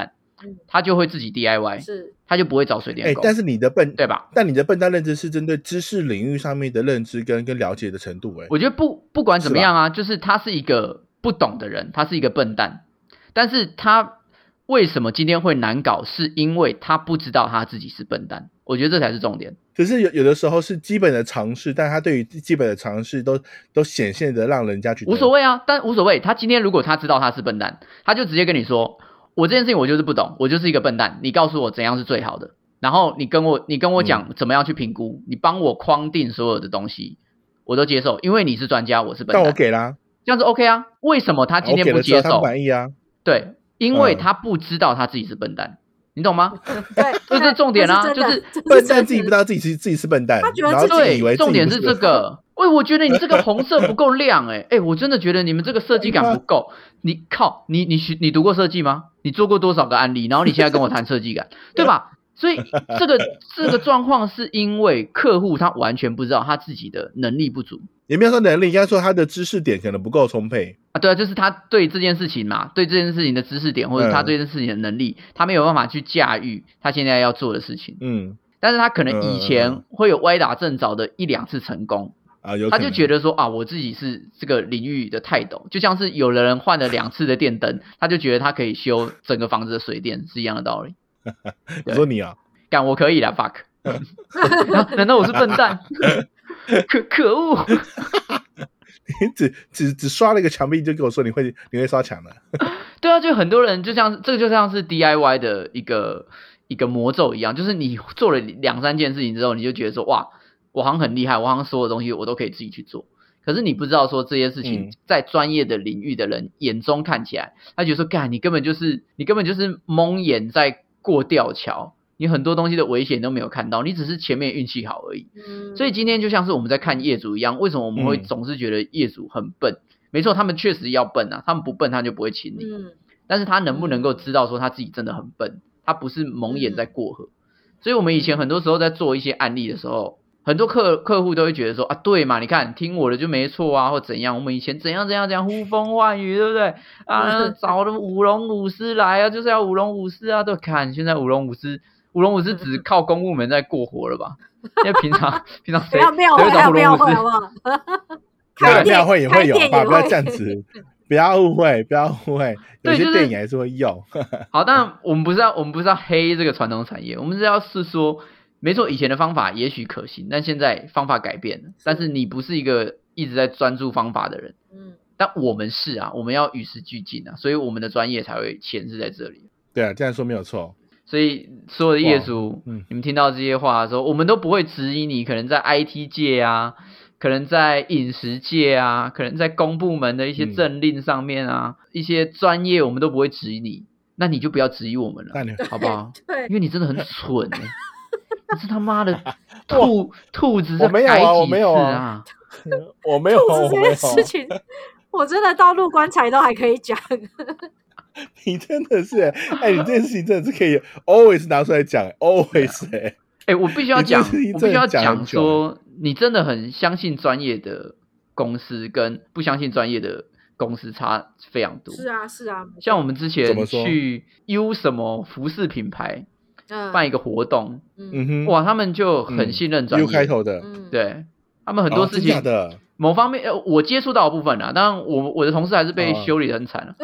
Speaker 3: 他就会自己 D I Y，
Speaker 2: 是，
Speaker 3: 他就不会找水电工。
Speaker 1: 但是你的笨，
Speaker 3: 对吧？
Speaker 1: 但你的笨蛋认知是针对知识领域上面的认知跟跟了解的程度。
Speaker 3: 我觉得不不管怎么样啊，就是他是一个不懂的人，他是一个笨蛋，但是他为什么今天会难搞，是因为他不知道他自己是笨蛋。我觉得这才是重点。
Speaker 1: 可是有有的时候是基本的常识，但他对于基本的常识都都显现的让人家去
Speaker 3: 无所谓啊，但无所谓。他今天如果他知道他是笨蛋，他就直接跟你说，我这件事情我就是不懂，我就是一个笨蛋，你告诉我怎样是最好的，然后你跟我你跟我讲怎么样去评估，嗯、你帮我框定所有的东西，我都接受，因为你是专家，我是笨蛋。
Speaker 1: 但我给啦，
Speaker 3: 这样子 OK 啊？为什么他今天不接受？
Speaker 1: 他不满意啊？
Speaker 3: 对，因为他不知道他自己是笨蛋。嗯，你懂吗？
Speaker 2: 对，
Speaker 3: 这是重点啊，就是
Speaker 1: 笨蛋自己不知道自己是自己是笨蛋，
Speaker 2: 他觉得
Speaker 1: 然后自己以为自己不是。
Speaker 3: 重点是这个。喂，我觉得你这个红色不够亮、欸，哎哎，我真的觉得你们这个设计感不够。你靠，你你你读过设计吗？你做过多少个案例？然后你现在跟我谈设计感，对吧？所以这个这个状况是因为客户他完全不知道他自己的能力不足。
Speaker 1: 也没有说能力，应该说他的知识点可能不够充沛
Speaker 3: 啊。对啊，就是他对这件事情嘛，对这件事情的知识点，或者他对这件事情的能力，嗯、他没有办法去驾驭他现在要做的事情。嗯，但是他可能以前会有歪打正着的一两次成功
Speaker 1: 啊，有
Speaker 3: 他就觉得说啊，我自己是这个领域的泰斗，就像是有的人换了两次的电灯，他就觉得他可以修整个房子的水电，是一样的道理。
Speaker 1: 我说你啊，
Speaker 3: 干我可以啦 ，fuck， 难道我是笨蛋？可可恶！
Speaker 1: 你只只只刷了一个墙壁，就跟我说你会你会刷墙的。
Speaker 3: 对啊，就很多人就像这个就像是 D I Y 的一个一个魔咒一样，就是你做了两三件事情之后，你就觉得说哇，我好像很厉害，我好像所有东西我都可以自己去做。可是你不知道说这些事情在专业的领域的人眼中看起来，他觉得说干你根本就是你根本就是蒙眼在过吊桥。你很多东西的危险都没有看到，你只是前面运气好而已。嗯、所以今天就像是我们在看业主一样，为什么我们会总是觉得业主很笨？嗯、没错，他们确实要笨啊，他们不笨他就不会请你。嗯、但是他能不能够知道说他自己真的很笨，他不是蒙眼在过河。嗯、所以我们以前很多时候在做一些案例的时候，很多客客户都会觉得说啊，对嘛，你看听我的就没错啊，或怎样，我们以前怎样怎样怎样呼风唤雨，对不对？啊，找了舞龙舞狮来啊，就是要舞龙舞狮啊，都看现在舞龙舞狮。舞龙舞狮只靠公务门在过活了吧？因为平常平常谁谁会找舞龙舞狮？
Speaker 1: 开庙会也会有吧？不要这样子，不要误会，不要误会。有些电影还是会用。
Speaker 3: 好，当然我们不是要我们不是要黑这个传统产业，我们是要是说，没错，以前的方法也许可行，但现在方法改变了。但是你不是一个一直在专注方法的人，嗯，但我们是啊，我们要与时俱进啊，所以我们的专业才会显示在这里。
Speaker 1: 对啊，这样说没有错。
Speaker 3: 所以所有的业主、嗯、你们听到这些话的时候，我们都不会质疑你可能在 I T 界啊，可能在饮食界啊，可能在公部门的一些政令上面啊、嗯、一些专业我们都不会质疑你，那你就不要质疑我们了，好不好？对，因为你真的很蠢欸你是他妈的兔兔子在改几次啊？
Speaker 1: 我没有啊，我没有，
Speaker 2: 兔子这件事情我真的到入棺材都还可以讲
Speaker 1: 你真的是哎、欸，你这件事情真的是可以 always 拿出来讲 always 哎、欸，哎、
Speaker 3: 欸，我必须要讲，我必须要讲说，你真的很相信专业的公司跟不相信专业的公司差非常多。
Speaker 2: 是啊，是啊，
Speaker 3: 像我们之前去 U 什么服饰品牌办一个活动，嗯哼，哇，他们就很信任专业、
Speaker 1: 嗯、U 开头的，
Speaker 3: 对他们很多事情。
Speaker 1: 哦，真的
Speaker 3: 某方面，我接触到的部分啦，当然我我的同事还是被修理得很惨了。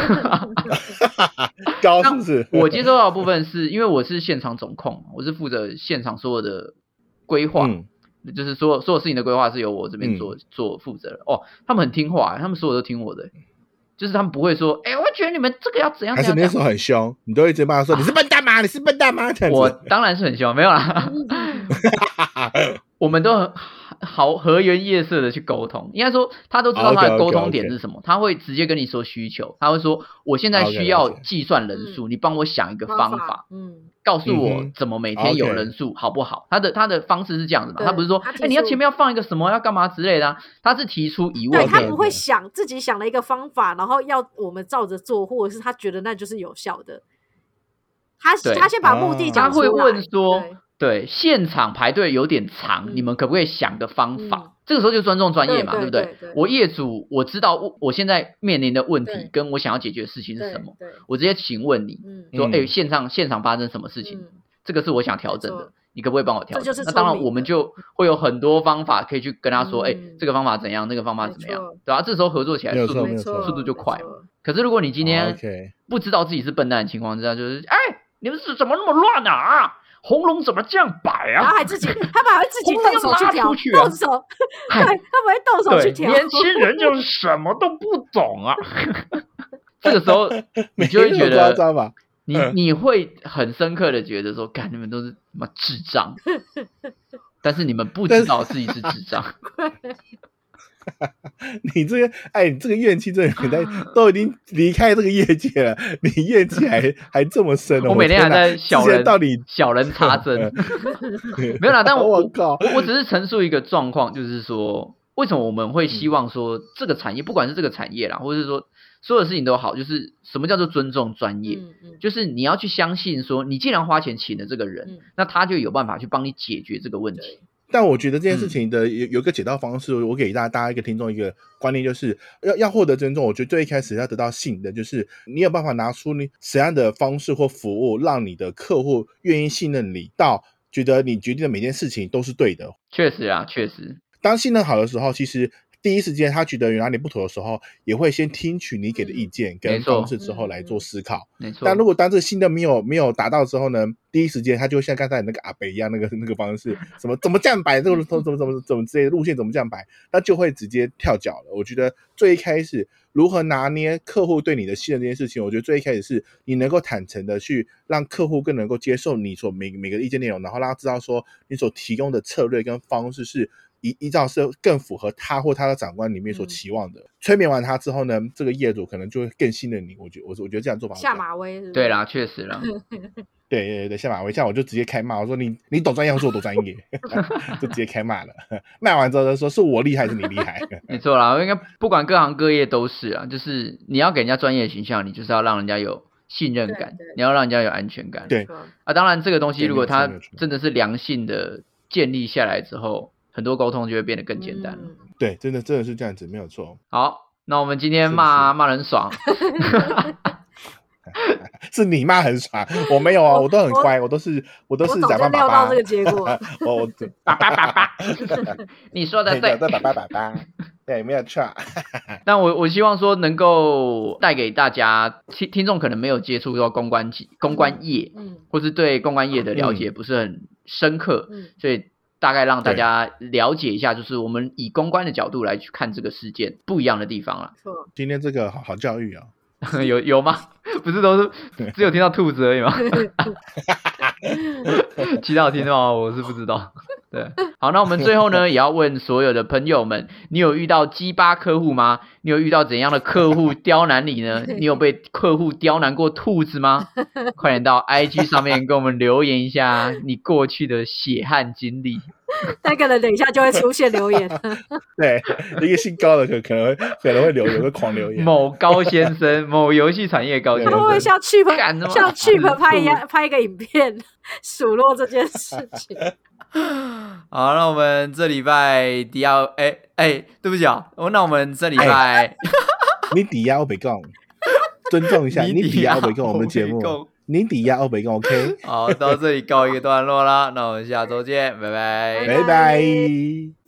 Speaker 1: 高是不是？
Speaker 3: 我接触到的部分是因为我是现场总控，我是负责现场所有的规划，嗯、就是所有所有事情的规划是由我这边做、嗯、做负责的。哦，他们很听话，他们所有都听我的，就是他们不会说，哎、欸，我觉得你们这个要怎样怎样。
Speaker 1: 还是你那时候很凶，你都会直接骂他说、啊、你是笨蛋吗？你是笨蛋吗？这样子。
Speaker 3: 我当然是很凶，没有啦。我们都很好和颜悦色的去沟通，应该说他都知道他的沟通点是什么， okay, okay, okay. 他会直接跟你说需求，他会说我现在需要计算人数， okay, okay. 你帮我想一个方法，嗯，告诉我怎么每天有人数好不好？他的他的方式是这样子嘛，他不是说哎、欸、你要前面要放一个什么要干嘛之类的、啊，他是提出疑问，
Speaker 2: 对，他不会想自己想了一个方法，然后要我们照着做，或者是他觉得那就是有效的，他他先把目的讲出来，
Speaker 3: 他会问说。对，现场排队有点长、嗯、你们可不可以想个方法、嗯、 这个时候就尊重专业嘛，
Speaker 2: 对,
Speaker 3: 对不对？
Speaker 2: 对, 对, 对，
Speaker 3: 我业主我知道 我, 我现在面临的问题跟我想要解决的事情是什么，我直接请问你、嗯、说哎、欸，现场现场发生什么事情、嗯、这个是我想调整的，你可不可以帮我调整？那当然我们就会有很多方法可以去跟他说哎、嗯欸，这个方法怎样，那个方法怎么样，对吧、啊？这时候合作起来速度速度就快嘛。可是如果你今天不知道自己是笨蛋的情况之下，就是哎、欸，你们是怎么那么乱啊？红龙怎么这样摆啊？
Speaker 2: 然后还自己，他们还会自己动手去调，动手，对，他们会动手去调。
Speaker 3: 年轻人就是什么都不懂啊。这个时候你就会觉得，你你会很深刻的觉得说，干，你们都是他妈智障，但是你们不知道自己是智障。
Speaker 1: 你这个，哎，你这个怨气真的很在，都已经离开这个业界了，你怨气还还这么深、哦、
Speaker 3: 我每天还在小人
Speaker 1: 到底
Speaker 3: 小人插针，没有啦，但我我我我只是陈述一个状况，就是说，为什么我们会希望说这个产业，不管是这个产业啦，或者是说所有事情都好，就是什么叫做尊重专业、嗯嗯，就是你要去相信说，你既然花钱请了这个人、嗯，那他就有办法去帮你解决这个问题。
Speaker 1: 但我觉得这件事情的有有一个解套方式，我给大家大家一个听众一个观念，就是要要获得尊重，我觉得最一开始要得到信任，就是你有办法拿出你怎样的方式或服务，让你的客户愿意信任你，到觉得你决定的每件事情都是对的。
Speaker 3: 确实啊，确实，
Speaker 1: 当信任好的时候，其实第一时间他觉得有哪里不妥的时候，也会先听取你给的意见跟方式之后来做思考。
Speaker 3: 没错。
Speaker 1: 但如果当这个信任没有没有达到之后呢，第一时间他就像刚才那个阿北一样，那个那个方式，什么怎么这样摆，这个怎么怎么怎么怎么之类的路线怎么这样摆，那就会直接跳脚了。我觉得最一开始如何拿捏客户对你的信任这件事情，我觉得最一开始是你能够坦诚的去让客户更能够接受你所每每个意见内容，然后让他知道说你所提供的策略跟方式是依依照是更符合他或他的长官里面所期望的、嗯、催眠完他之后呢，这个业主可能就会更信任你。我觉得我我觉得这样做法
Speaker 2: 下马威是不是？
Speaker 3: 对啦，确实啦。
Speaker 1: 对对对，下马威，像我就直接开骂，我说你你懂专业，我说我懂专业，就直接开骂了。骂完之后就说是我厉害，是你厉害。
Speaker 3: 没错啦，应该不管各行各业都是啊，就是你要给人家专业的形象，你就是要让人家有信任感，你要让人家有安全感。
Speaker 1: 对
Speaker 3: 啊，当然这个东西如果它真的是良性的建立下来之后，很多沟通就会变得更简单了、嗯、
Speaker 1: 对，真的真的是这样子，没有错。
Speaker 3: 好，那我们今天骂骂人爽。
Speaker 1: 是你骂很爽，我没有啊，我都很乖，我, 我都是我都是假扮爸爸。
Speaker 2: 我早就料到这个结果。
Speaker 1: 我
Speaker 3: 爸爸爸爸，你说的对，
Speaker 1: 爸爸爸爸，对，没有错。
Speaker 3: 但我我希望说能够带给大家听听众可能没有接触到公关公关业、嗯，或是对公关业的了解不是很深刻，嗯、所以大概让大家了解一下，就是我们以公关的角度来去看这个事件不一样的地方啦。
Speaker 1: 今天这个好好教育啊。
Speaker 3: 有有吗？不是都是只有听到兔子而已吗？其他有听到吗？我是不知道。对，好，那我们最后呢，也要问所有的朋友们，你有遇到鸡巴客户吗？你有遇到怎样的客户刁难你呢？你有被客户刁难过兔子吗？快点到 I G 上面跟我们留言一下你过去的血汗经历。
Speaker 2: 那个人等一下就会出现留言。
Speaker 1: 对，一个姓高的可可能会可能会留有个狂留言。
Speaker 3: 某高先生，某游戏产业高先生，
Speaker 2: 他会不会像 Chip 像 Chip 拍一样拍一个影片数落这件事情？
Speaker 3: 好，那我们这礼拜迪亚，哎哎，对不起啊，那我们这礼拜、欸、
Speaker 1: 你抵押我别讲，尊重一下，你抵押我别讲我们节目。你抵押欧北跟 OK。
Speaker 3: 好，到这里告一个段落啦，那我们下周见，拜拜，
Speaker 1: 拜拜。